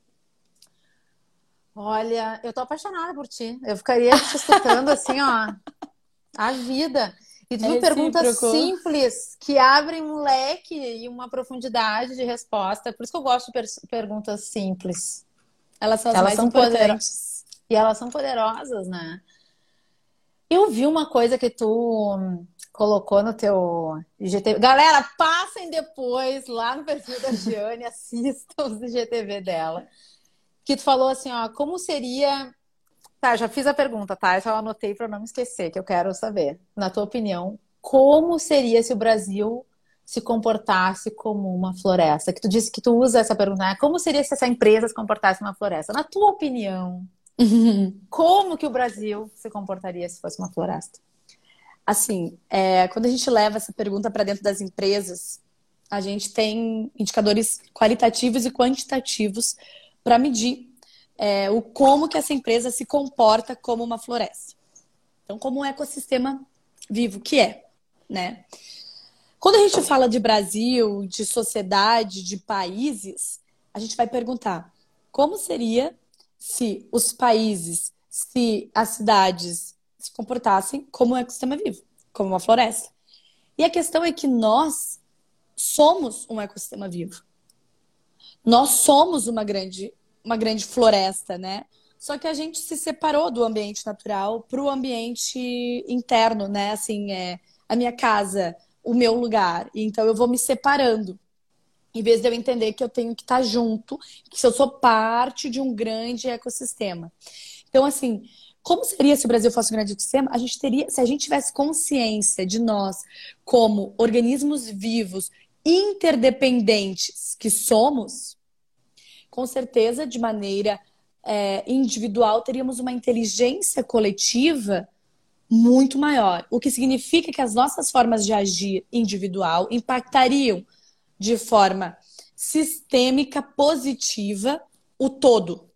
Olha, eu tô apaixonada por ti. Eu ficaria te escutando assim, ó, a vida. E tu É viu perguntas recíproco. simples que abrem um leque e uma profundidade de resposta. Por isso que eu gosto de per- perguntas simples. Elas são as Elas mais são poderosas. importantes. E elas são poderosas, né? Eu vi uma coisa que tu colocou no teu I G T V. Galera, passem depois lá no perfil da Giane, assistam os I G T V dela. Que tu falou assim, ó, como seria... Tá, já fiz a pergunta, tá? Eu só anotei para não me esquecer, que eu quero saber. Na tua opinião, como seria se o Brasil se comportasse como uma floresta? Que tu disse que tu usa essa pergunta, né? Como seria se essa empresa se comportasse como uma floresta? Na tua opinião, como que o Brasil se comportaria se fosse uma floresta? Assim, é, quando a gente leva essa pergunta para dentro das empresas, a gente tem indicadores qualitativos e quantitativos para medir é, o como que essa empresa se comporta como uma floresta. Então, como um ecossistema vivo que é, né? Quando a gente fala de Brasil, de sociedade, de países, a gente vai perguntar como seria se os países, se as cidades se comportassem como um ecossistema vivo, como uma floresta. E a questão é que nós somos um ecossistema vivo. Nós somos uma grande, uma grande floresta, né? Só que a gente se separou do ambiente natural para o ambiente interno, né? Assim, é a minha casa, o meu lugar. Então eu vou me separando. Em vez de eu entender que eu tenho que estar junto, que eu sou parte de um grande ecossistema. Então, assim, como seria se o Brasil fosse um grande ecossistema? A gente teria, se a gente tivesse consciência de nós como organismos vivos, interdependentes que somos, com certeza, de maneira é, individual, teríamos uma inteligência coletiva muito maior. O que significa que as nossas formas de agir individual impactariam de forma sistêmica, positiva, o todo.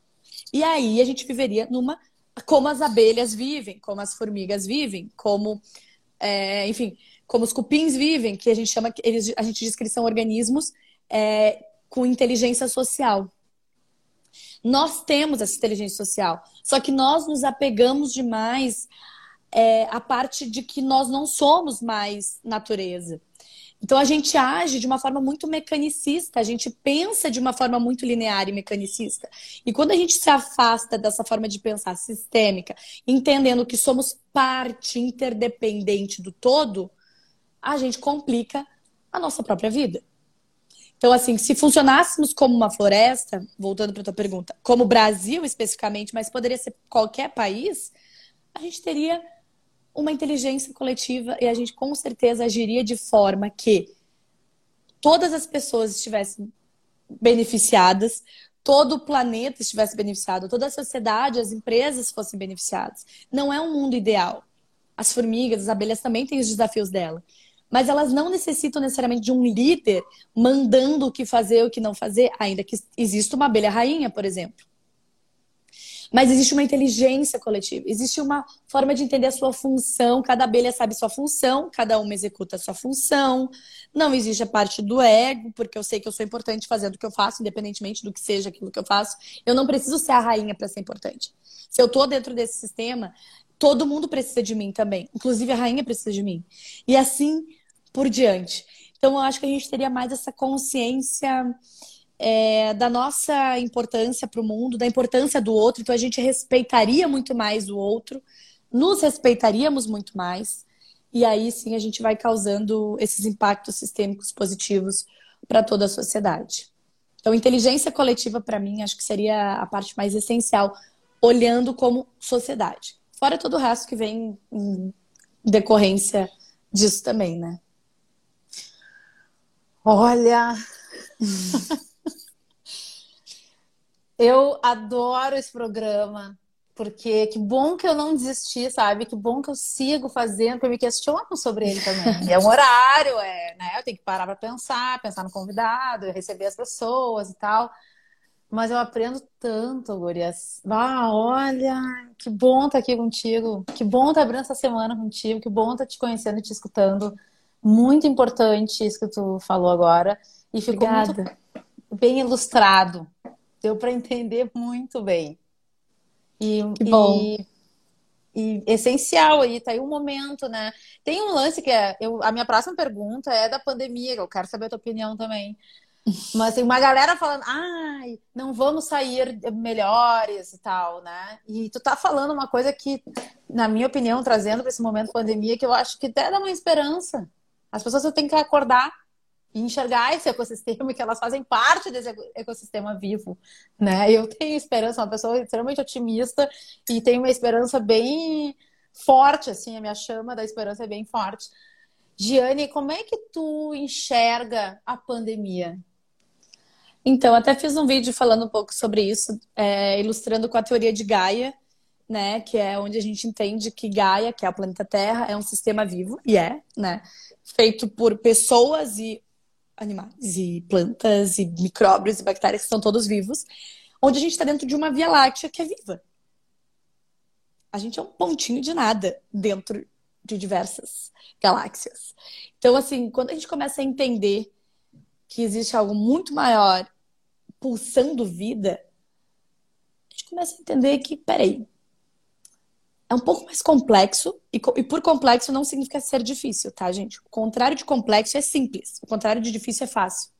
E aí a gente viveria numa... como as abelhas vivem, como as formigas vivem, como, é, enfim, como os cupins vivem, que a gente chama, eles, a gente diz que eles são organismos é, com inteligência social. Nós temos essa inteligência social, só que nós nos apegamos demais é, à parte de que nós não somos mais natureza. Então a gente age de uma forma muito mecanicista, a gente pensa de uma forma muito linear e mecanicista. E quando a gente se afasta dessa forma de pensar sistêmica, entendendo que somos parte interdependente do todo, a gente complica a nossa própria vida. Então, assim, se funcionássemos como uma floresta, voltando para a tua pergunta, como o Brasil especificamente, mas poderia ser qualquer país, a gente teria uma inteligência coletiva e a gente com certeza agiria de forma que todas as pessoas estivessem beneficiadas, todo o planeta estivesse beneficiado, toda a sociedade, as empresas fossem beneficiadas. Não é um mundo ideal. As formigas, as abelhas também têm os desafios dela. Mas elas não necessitam necessariamente de um líder mandando o que fazer e o que não fazer, ainda que exista uma abelha rainha, por exemplo. Mas existe uma inteligência coletiva, existe uma forma de entender a sua função, cada abelha sabe sua função, cada uma executa a sua função. Não existe a parte do ego, porque eu sei que eu sou importante fazendo o que eu faço, independentemente do que seja aquilo que eu faço. Eu não preciso ser a rainha para ser importante. Se eu estou dentro desse sistema, todo mundo precisa de mim também, inclusive a rainha precisa de mim. E assim por diante. Então eu acho que a gente teria mais essa consciência... É, da nossa importância para o mundo, da importância do outro, então a gente respeitaria muito mais o outro, nos respeitaríamos muito mais, e aí sim a gente vai causando esses impactos sistêmicos positivos para toda a sociedade. Então, inteligência coletiva, para mim, acho que seria a parte mais essencial, olhando como sociedade. Fora todo o resto que vem em decorrência disso também, né? Olha... Eu adoro esse programa, porque que bom que eu não desisti, sabe? Que bom que eu sigo fazendo, porque eu me questiono sobre ele também. É um horário, é, né? Eu tenho que parar para pensar, pensar no convidado, receber as pessoas e tal. Mas eu aprendo tanto, gurias. Ah, olha, que bom estar aqui contigo. Que bom estar abrindo essa semana contigo. Que bom estar te conhecendo e te escutando. Muito importante isso que tu falou agora. E ficou Obrigada. muito bem ilustrado. Deu para entender muito bem. E, Que bom. e, e essencial aí, tá aí um momento, né? Tem um lance que é... Eu, a minha próxima pergunta é da pandemia, que eu quero saber a tua opinião também. Mas tem uma galera falando, ai, não vamos sair melhores e tal, né? E tu tá falando uma coisa que, na minha opinião, trazendo para esse momento de pandemia, que eu acho que até dá uma esperança. As pessoas têm que acordar e enxergar esse ecossistema e que elas fazem parte desse ecossistema vivo, né? Eu tenho esperança, uma pessoa extremamente otimista e tenho uma esperança bem forte, assim, a minha chama da esperança é bem forte. Giane, como é que tu enxerga a pandemia? Então, até fiz um vídeo falando um pouco sobre isso, é, ilustrando com a teoria de Gaia, né? Que é onde a gente entende que Gaia, que é o planeta Terra, é um sistema vivo, e é, né? Feito por pessoas e animais, e plantas, e micróbios, e bactérias que são todos vivos, onde a gente está dentro de uma Via Láctea que é viva. A gente é um pontinho de nada dentro de diversas galáxias. Então, assim, quando a gente começa a entender que existe algo muito maior pulsando vida, a gente começa a entender que, peraí, é um pouco mais complexo, e, e por complexo não significa ser difícil, tá, gente? O contrário de complexo é simples, o contrário de difícil é fácil.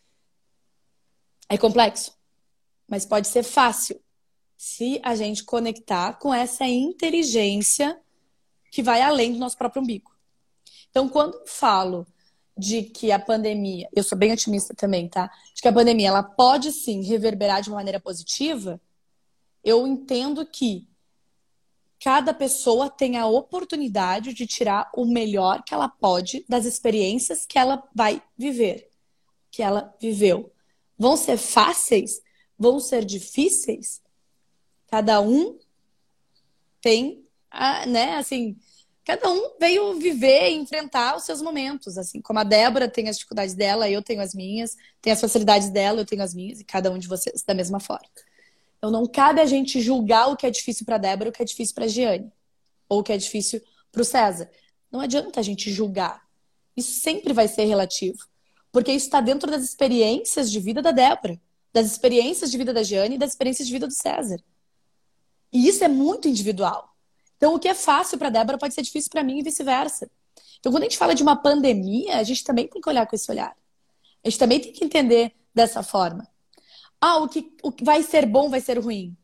É complexo, mas pode ser fácil se a gente conectar com essa inteligência que vai além do nosso próprio umbigo. Então, quando eu falo de que a pandemia, eu sou bem otimista também, tá? De que a pandemia ela pode sim reverberar de uma maneira positiva, eu entendo que cada pessoa tem a oportunidade de tirar o melhor que ela pode das experiências que ela vai viver, que ela viveu. Vão ser fáceis? Vão ser difíceis? Cada um tem, a, né, assim, cada um veio viver e enfrentar os seus momentos, assim, como a Débora tem as dificuldades dela, eu tenho as minhas, tem as facilidades dela, eu tenho as minhas, e cada um de vocês da mesma forma. Então não cabe a gente julgar o que é difícil para Débora, o que é difícil para Giane, ou o que é difícil para o César. Não adianta a gente julgar. Isso sempre vai ser relativo, porque isso está dentro das experiências de vida da Débora, das experiências de vida da Giane e das experiências de vida do César. E isso é muito individual. Então, o que é fácil para a Débora pode ser difícil para mim e vice-versa. Então, quando a gente fala de uma pandemia, a gente também tem que olhar com esse olhar. A gente também tem que entender dessa forma. Ah, o que, o que vai ser bom, vai ser ruim?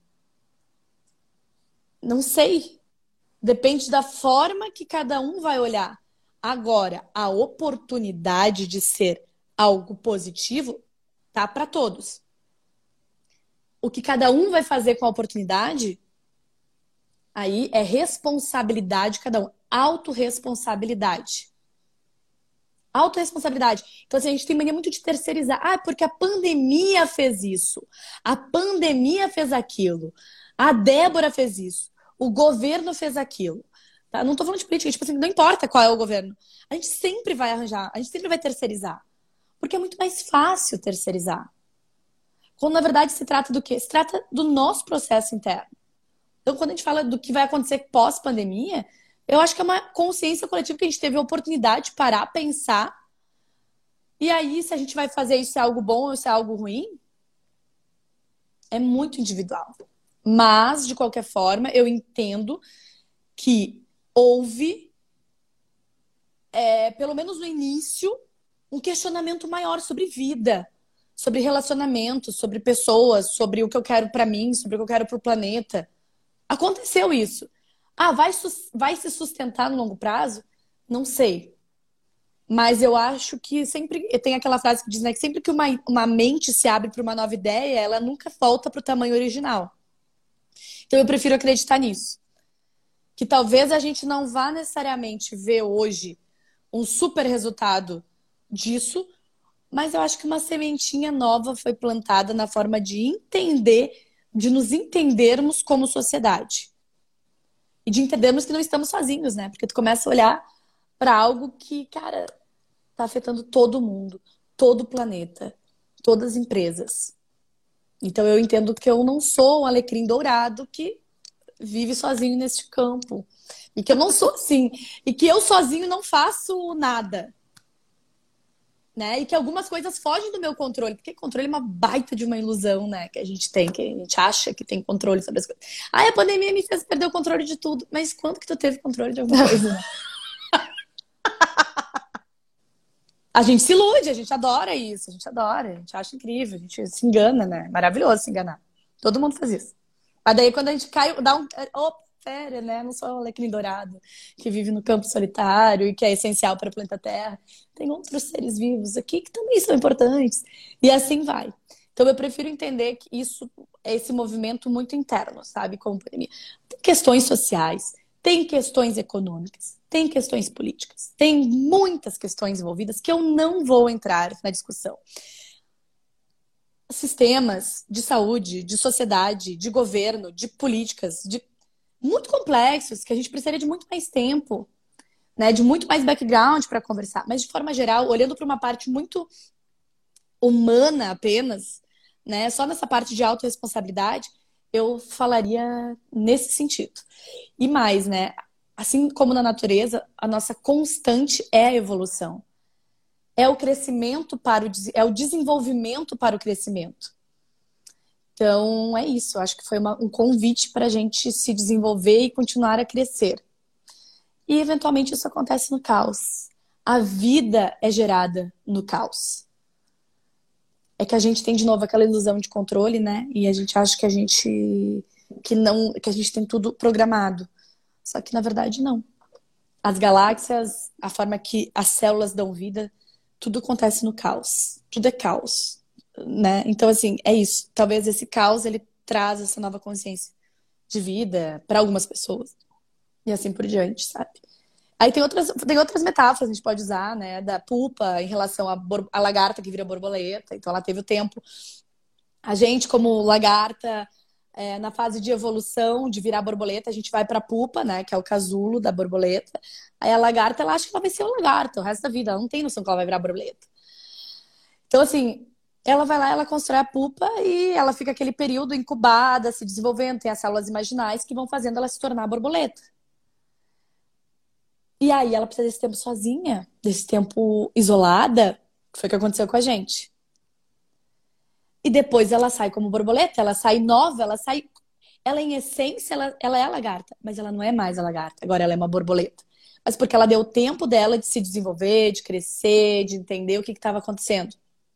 Não sei. Depende da forma que cada um vai olhar. Agora, a oportunidade de ser algo positivo tá para todos. O que cada um vai fazer com a oportunidade, aí é responsabilidade de cada um. Autorresponsabilidade. Autorresponsabilidade. Então, assim, a gente tem mania muito de terceirizar. Ah, porque a pandemia fez isso. A pandemia fez aquilo. A Débora fez isso. O governo fez aquilo. Tá? Não tô falando de política. Tipo assim, não importa qual é o governo. A gente sempre vai arranjar. A gente sempre vai terceirizar. Porque é muito mais fácil terceirizar. Quando, na verdade, se trata do quê? Se trata do nosso processo interno. Então, quando a gente fala do que vai acontecer pós-pandemia, eu acho que é uma consciência coletiva que a gente teve a oportunidade de parar, pensar. E aí, se a gente vai fazer isso se é algo bom ou se é algo ruim, é muito individual. Mas, de qualquer forma, eu entendo que houve, é, pelo menos no início, um questionamento maior sobre vida, sobre relacionamento, sobre pessoas, sobre o que eu quero pra mim, sobre o que eu quero pro planeta. Aconteceu isso. Ah, vai, vai se sustentar no longo prazo? Não sei. Mas eu acho que sempre... Tem aquela frase que diz, né, que sempre que uma, uma mente se abre para uma nova ideia, ela nunca volta para o tamanho original. Então eu prefiro acreditar nisso. Que talvez a gente não vá necessariamente ver hoje um super resultado disso, mas eu acho que uma sementinha nova foi plantada na forma de entender, de nos entendermos como sociedade. E de entendermos que não estamos sozinhos, né? Porque tu começa a olhar para algo que, cara, tá afetando todo mundo, todo o planeta, todas as empresas. Então eu entendo que eu não sou um alecrim dourado que vive sozinho neste campo. E que eu não sou assim. E que eu sozinho não faço nada. Né? E que algumas coisas fogem do meu controle, porque controle é uma baita de uma ilusão, né? Que a gente tem, que a gente acha que tem controle sobre as coisas. Ah, a pandemia me fez perder o controle de tudo. Mas quando que tu teve controle de alguma coisa? Né? A gente se ilude, a gente adora isso, a gente adora, a gente acha incrível, a gente se engana, né? Maravilhoso se enganar. Todo mundo faz isso. Mas daí quando a gente cai, dá um. Opa, pera, né? Não sou o alecrim dourado que vive no campo solitário e que é essencial para o planeta Terra. Tem outros seres vivos aqui que também são importantes. E assim vai. Então eu prefiro entender que isso é esse movimento muito interno, sabe? Como pandemia. Tem questões sociais, tem questões econômicas, tem questões políticas, tem muitas questões envolvidas que eu não vou entrar na discussão. Sistemas de saúde, de sociedade, de governo, de políticas, de muito complexos, que a gente precisaria de muito mais tempo, né? De muito mais background para conversar. Mas, de forma geral, olhando para uma parte muito humana apenas, né? Só nessa parte de autorresponsabilidade, eu falaria nesse sentido. E mais, né? Assim como na natureza, a nossa constante é a evolução. É o crescimento para o, é o desenvolvimento para o crescimento. Então, é isso. Eu acho que foi uma, um convite para a gente se desenvolver e continuar a crescer. E, eventualmente, isso acontece no caos. A vida é gerada no caos. É que a gente tem, de novo, aquela ilusão de controle, né? E a gente acha que a gente, que não, que a gente tem tudo programado. Só que, na verdade, não. As galáxias, a forma que as células dão vida, tudo acontece no caos. Tudo é caos, né? Então, assim, é isso. Talvez esse caos, ele traz essa nova consciência de vida para algumas pessoas. E assim por diante, sabe? Aí tem outras, tem outras metáforas que a gente pode usar, né? Da pupa em relação à, bor- à lagarta que vira borboleta. Então, ela teve o tempo. A gente, como lagarta, é, na fase de evolução, de virar borboleta, a gente vai para a pupa, né? Que é o casulo da borboleta. Aí a lagarta, ela acha que ela vai ser uma lagarta o resto da vida. Ela não tem noção que ela vai virar borboleta. Então, assim, ela vai lá, ela constrói a pupa e ela fica aquele período incubada, se desenvolvendo. Tem as células imaginais que vão fazendo ela se tornar borboleta. E aí ela precisa desse tempo sozinha, desse tempo isolada, que foi o que aconteceu com a gente. E depois ela sai como borboleta, ela sai nova, ela sai. Ela, em essência, ela, ela é a lagarta, mas ela não é mais a lagarta, agora ela é uma borboleta. Mas porque ela deu o tempo dela de se desenvolver, de crescer, de entender o que estava acontecendo.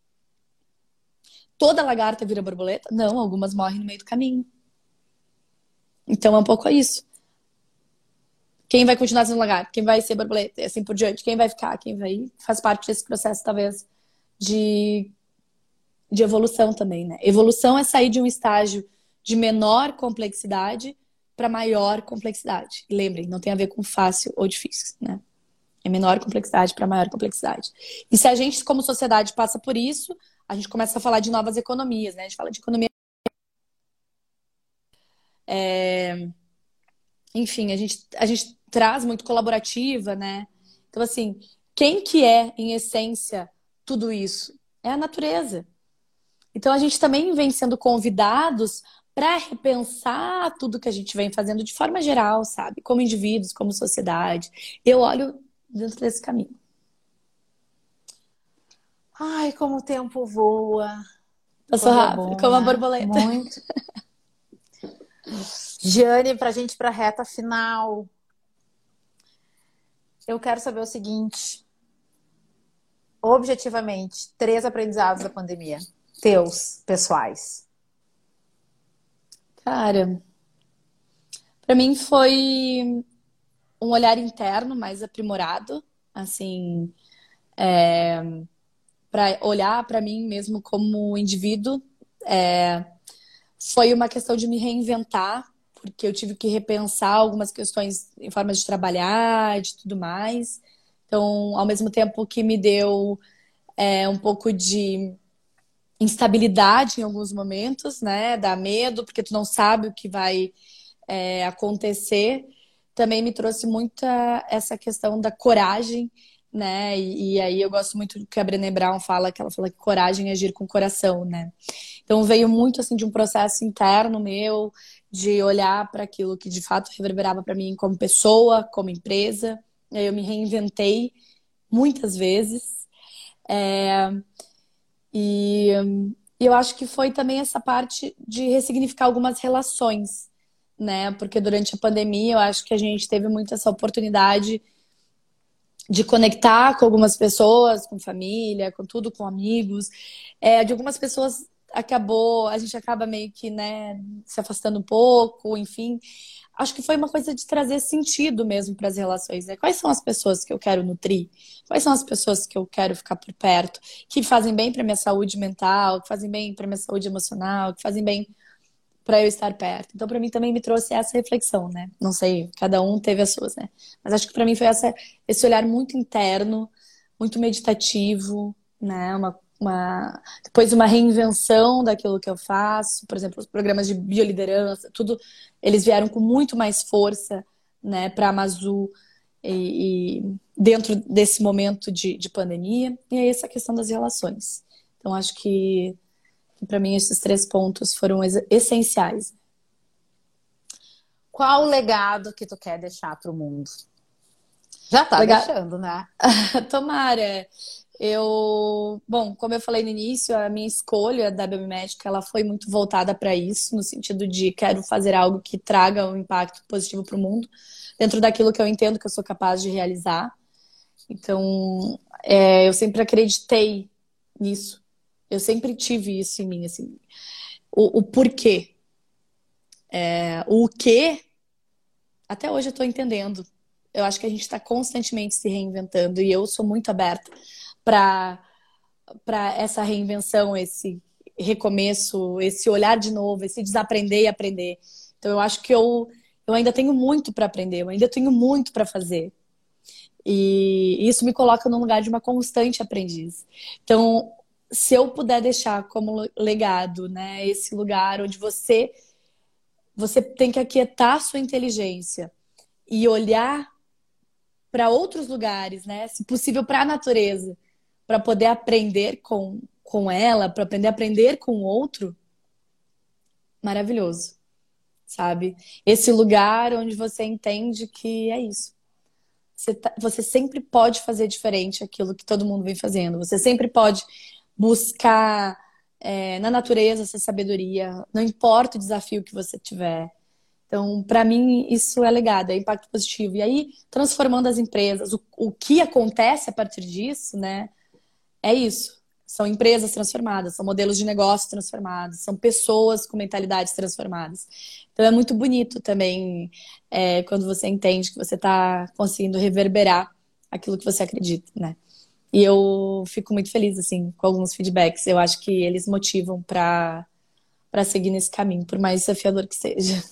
Toda lagarta vira borboleta? Não, algumas morrem no meio do caminho. Então é um pouco isso. Quem vai continuar sendo lagarto? Quem vai ser borboleta? E assim por diante. Quem vai ficar? Quem vai? Faz parte desse processo, talvez, de, de evolução também, né? Evolução é sair de um estágio de menor complexidade para maior complexidade. E lembrem, não tem a ver com fácil ou difícil, né? É menor complexidade para maior complexidade. E se a gente, como sociedade, passa por isso, a gente começa a falar de novas economias, né? A gente fala de economia. É... Enfim, a gente, a gente traz muito colaborativa, né? Então, assim, quem que é, em essência, tudo isso? É a natureza. Então, a gente também vem sendo convidados para repensar tudo que a gente vem fazendo de forma geral, sabe? Como indivíduos, como sociedade. Eu olho dentro desse caminho. Ai, como o tempo voa. Passou Quando é rápido, bom, como uma né? borboleta. Muito. Jane, pra gente ir pra reta final, eu quero saber o seguinte. Objetivamente, três aprendizados da pandemia. Teus, pessoais. Cara, pra mim foi um olhar interno mais aprimorado, assim, para olhar pra mim mesmo como indivíduo. É, foi uma questão de me reinventar, porque eu tive que repensar algumas questões em formas de trabalhar, de tudo mais. Então, ao mesmo tempo que me deu é, um pouco de instabilidade em alguns momentos, né? Dá medo, porque tu não sabe o que vai é, acontecer. Também me trouxe muita essa questão da coragem, né? E, e aí eu gosto muito do que a Brené Brown fala, que ela fala que coragem é agir com o coração, né? Então veio muito assim de um processo interno meu, de olhar para aquilo que de fato reverberava para mim como pessoa, como empresa. E aí eu me reinventei muitas vezes. É, e, e eu acho que foi também essa parte de ressignificar algumas relações, né? Porque durante a pandemia eu acho que a gente teve muito essa oportunidade de conectar com algumas pessoas, com família, com tudo, com amigos. É, de algumas pessoas acabou, a gente acaba meio que, né, se afastando um pouco, enfim. Acho que foi uma coisa de trazer sentido mesmo para as relações, né? Quais são as pessoas que eu quero nutrir? Quais são as pessoas que eu quero ficar por perto, que fazem bem para minha saúde mental, que fazem bem para minha saúde emocional, que fazem bem para eu estar perto. Então, para mim também me trouxe essa reflexão, né? Não sei, cada um teve as suas, né? Mas acho que para mim foi essa, esse olhar muito interno, muito meditativo, né? Uma, uma, depois uma reinvenção daquilo que eu faço. Por exemplo, os programas de bioliderança, tudo, eles vieram com muito mais força, né? Para a Amazul e, e dentro desse momento de, de pandemia. E aí essa questão das relações. Então, acho que para mim, esses três pontos foram essenciais. Qual o legado que tu quer deixar para o mundo? Já tá Lega... deixando, né? Tomara. Eu, bom, como eu falei no início, a minha escolha da biomimética, ela foi muito voltada para isso, no sentido de quero fazer algo que traga um impacto positivo para o mundo, dentro daquilo que eu entendo que eu sou capaz de realizar. Então, é, eu sempre acreditei nisso. Eu sempre tive isso em mim, assim. O, o porquê. É, o que, até hoje eu tô entendendo. Eu acho que a gente está constantemente se reinventando e eu sou muito aberta para para essa reinvenção, esse recomeço, esse olhar de novo, esse desaprender e aprender. Então eu acho que eu, eu ainda tenho muito para aprender, eu ainda tenho muito para fazer. E isso me coloca num lugar de uma constante aprendiz. Então, se eu puder deixar como legado, né, esse lugar onde você você tem que aquietar sua inteligência e olhar para outros lugares, né, se possível para a natureza, para poder aprender com, com ela, para aprender a aprender com o outro, maravilhoso, sabe? Esse lugar onde você entende que é isso. Você, tá, você sempre pode fazer diferente aquilo que todo mundo vem fazendo. Você sempre pode buscar é, na natureza essa sabedoria, não importa o desafio que você tiver. Então, para mim, isso é legado, é impacto positivo. E aí, transformando as empresas, o, o que acontece a partir disso, né, é isso. São empresas transformadas, são modelos de negócio transformados, são pessoas com mentalidades transformadas. Então, é muito bonito também é, quando você entende que você está conseguindo reverberar aquilo que você acredita, né? E eu fico muito feliz, assim, com alguns feedbacks. Eu acho que eles motivam para para seguir nesse caminho, por mais desafiador que seja.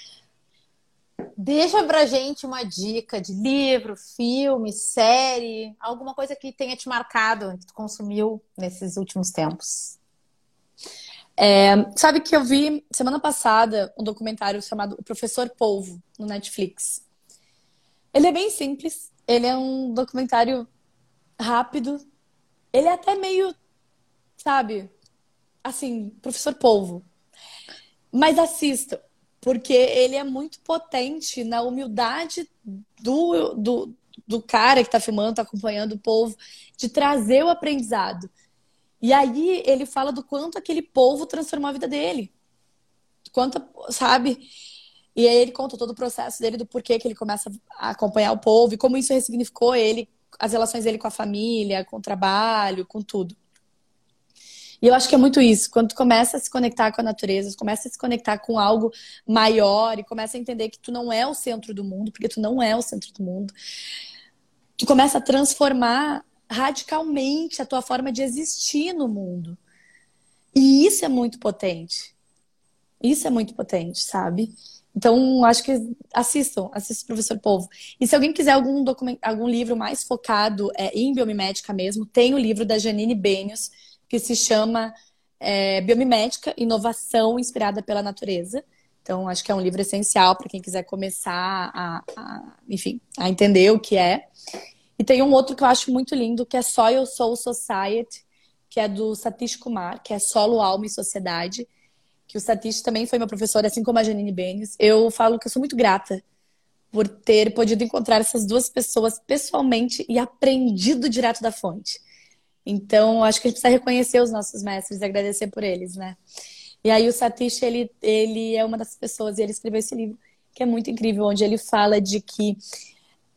Deixa pra gente uma dica de livro, filme, série, alguma coisa que tenha te marcado, que tu consumiu nesses últimos tempos. É, sabe que eu vi semana passada um documentário chamado O Professor Polvo, no Netflix. Ele é bem simples, ele é um documentário rápido, ele é até meio, sabe, assim, Professor Polvo. Mas assista, porque ele é muito potente na humildade do, do, do cara que está filmando, está acompanhando o povo, de trazer o aprendizado. E aí ele fala do quanto aquele povo transformou a vida dele. Quanto, sabe? E aí ele conta todo o processo dele, do porquê que ele começa a acompanhar o povo e como isso ressignificou ele, as relações dele com a família, com o trabalho, com tudo. E eu acho que é muito isso. Quando tu começa a se conectar com a natureza, tu começa a se conectar com algo maior e começa a entender que tu não é o centro do mundo, porque tu não é o centro do mundo, tu começa a transformar radicalmente a tua forma de existir no mundo. E isso é muito potente. Isso é muito potente, sabe? Então, acho que assistam, assistam o Professor Polvo. E se alguém quiser algum, document... algum livro mais focado é, em biomimética mesmo, tem o livro da Janine Benyus, que se chama é, Biomimética, Inovação Inspirada pela Natureza. Então, acho que é um livro essencial para quem quiser começar a, a, enfim, a entender o que é. E tem um outro que eu acho muito lindo, que é Soil Soul Society, que é do Satish Kumar, que é Solo, Alma e Sociedade, que o Satish também foi meu professor, assim como a Janine Benyus. Eu falo que eu sou muito grata por ter podido encontrar essas duas pessoas pessoalmente e aprendido direto da fonte. Então, acho que a gente precisa reconhecer os nossos mestres e agradecer por eles, né? E aí o Satish, ele, ele é uma das pessoas, e ele escreveu esse livro, que é muito incrível, onde ele fala de que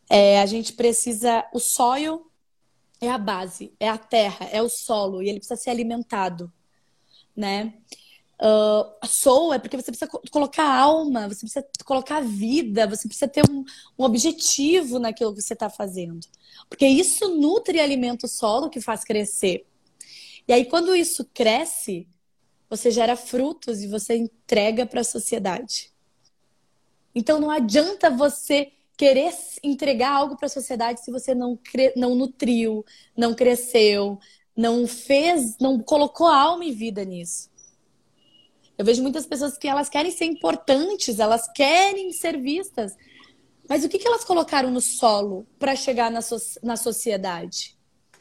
É, a gente precisa. O soil é a base, é a terra, é o solo, e ele precisa ser alimentado, né? Uh, soul é porque você precisa co- colocar alma, você precisa colocar vida, você precisa ter um, um objetivo naquilo que você está fazendo. Porque isso nutre e alimenta o solo que faz crescer. E aí, quando isso cresce, você gera frutos e você entrega para a sociedade. Então, não adianta você querer entregar algo para a sociedade se você não, cre... não nutriu, não cresceu, não fez, não colocou alma e vida nisso. Eu vejo muitas pessoas que elas querem ser importantes, elas querem ser vistas, mas o que que elas colocaram no solo para chegar na, so na sociedade?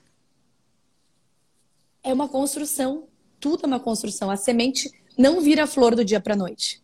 É uma construção, tudo é uma construção. A semente não vira flor do dia para a noite.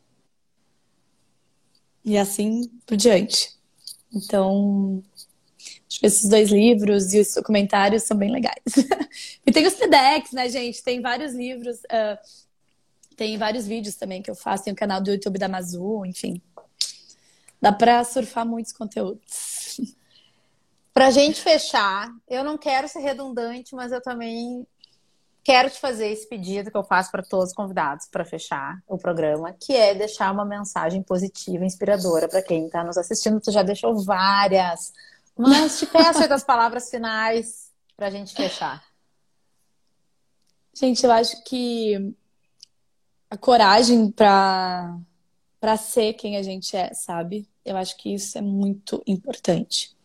E assim por diante. Então, acho que esses dois livros e os documentários são bem legais. E tem os TEDx, né, gente? Tem vários livros, uh, tem vários vídeos também que eu faço. Tem o canal do YouTube da Mazu, enfim. Dá pra surfar muitos conteúdos. Pra gente fechar, eu não quero ser redundante, mas eu também quero te fazer esse pedido que eu faço para todos os convidados para fechar o programa, que é deixar uma mensagem positiva, inspiradora para quem está nos assistindo. Tu já deixou várias, mas te peço aí das palavras finais para a gente fechar. Gente, eu acho que a coragem para para ser quem a gente é, sabe? Eu acho que isso é muito importante.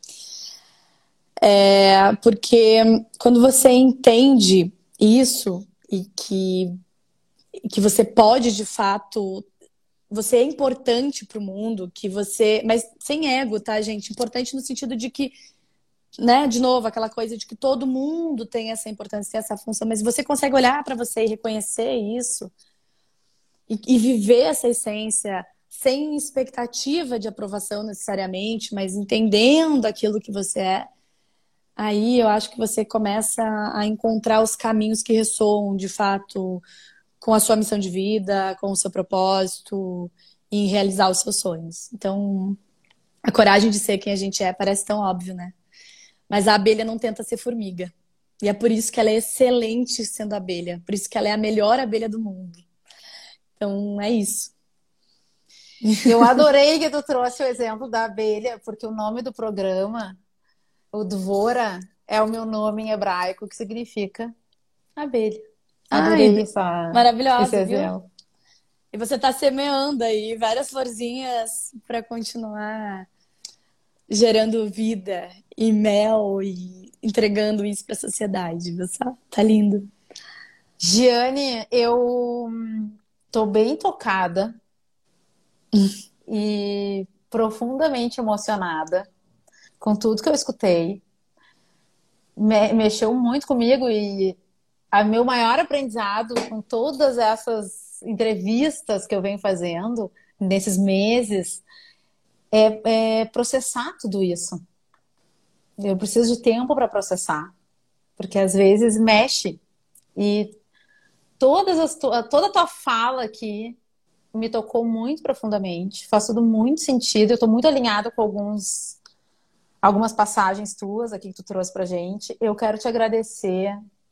É porque quando você entende isso e que, e que você pode, de fato, você é importante para o mundo, que você, mas sem ego, tá, gente? Importante no sentido de que, né, de novo, aquela coisa de que todo mundo tem essa importância, tem essa função, mas você consegue olhar para você e reconhecer isso e, e viver essa essência sem expectativa de aprovação necessariamente, mas entendendo aquilo que você é. Aí eu acho que você começa a encontrar os caminhos que ressoam, de fato, com a sua missão de vida, com o seu propósito, em realizar os seus sonhos. Então, a coragem de ser quem a gente é parece tão óbvio, né? Mas a abelha não tenta ser formiga. E é por isso que ela é excelente sendo abelha. Por isso que ela é a melhor abelha do mundo. Então, é isso. Eu adorei que tu trouxe o exemplo da abelha, porque o nome do programa, o Dvora, é o meu nome em hebraico, que significa abelha. Adorei Ai, essa, esse maravilhosa, viu? exemplo. E você tá semeando aí várias florzinhas para continuar gerando vida e mel e entregando isso para a sociedade, viu? Só? Tá lindo. Giane, eu tô bem tocada e profundamente emocionada com tudo que eu escutei. Me- mexeu muito comigo e a meu maior aprendizado com todas essas entrevistas que eu venho fazendo nesses meses é, é processar tudo isso. Eu preciso de tempo para processar, porque às vezes mexe e todas as tu- toda a tua fala aqui me tocou muito profundamente, faz tudo muito sentido. Eu estou muito alinhada com alguns, algumas passagens tuas aqui que tu trouxe pra gente. Eu quero te agradecer.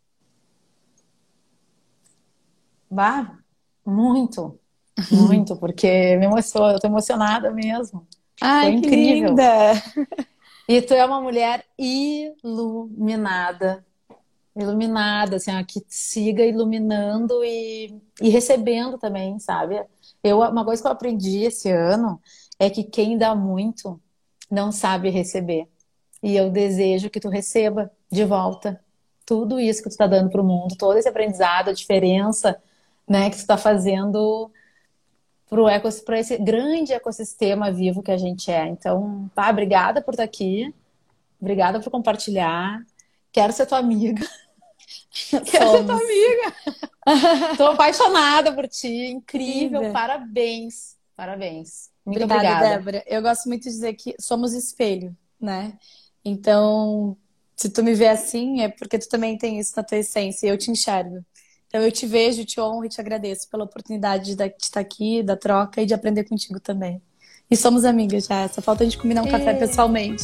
Bah, muito, muito, porque me emocionou, eu tô emocionada mesmo. Foi Ai, que incrível. linda! E tu é uma mulher iluminada, iluminada, assim, ó, que siga iluminando e, e recebendo também, sabe? Eu, uma coisa que eu aprendi esse ano é que quem dá muito não sabe receber. E eu desejo que tu receba de volta tudo isso que tu tá dando pro mundo, todo esse aprendizado, a diferença, né, que tu tá fazendo pro eco, para esse grande ecossistema vivo que a gente é. Então, pá, obrigada por estar aqui, obrigada por compartilhar. Quero ser tua amiga. Quero ser tua Somos. amiga. Tô apaixonada por ti. Incrível. Linda. Parabéns. Parabéns. Muito Obrigada, obrigada. Débora. Eu gosto muito de dizer que somos espelho, né? Então, se tu me vê assim, é porque tu também tem isso na tua essência e eu te enxergo. Então, eu te vejo, te honro e te agradeço pela oportunidade de estar aqui, da troca e de aprender contigo também. E somos amigas já. Só falta a gente combinar um café E- pessoalmente.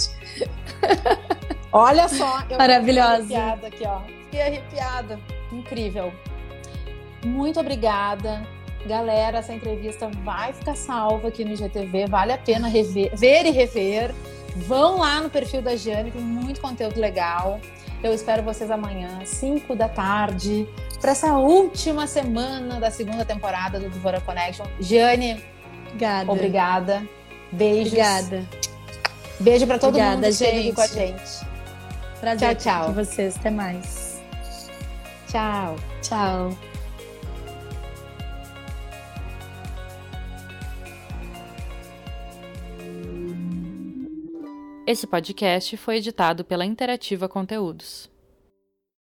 Olha só, eu Maravilhosa. fiquei arrepiada aqui, ó. Fiquei arrepiada. Incrível. Muito obrigada. Galera, essa entrevista vai ficar salva aqui no I G T V. Vale a pena rever, ver e rever. Vão lá no perfil da Giane, tem muito conteúdo legal. Eu espero vocês amanhã, cinco da tarde, para essa última semana da segunda temporada do Devora Connection. Giane, Obrigada. obrigada. Beijos. Obrigada. Beijo para todo Obrigada, mundo que esteve aqui gente. com a gente. Prazer Tchau, tchau. com vocês. Até mais. Tchau. Tchau. Esse podcast foi editado pela Interativa Conteúdos.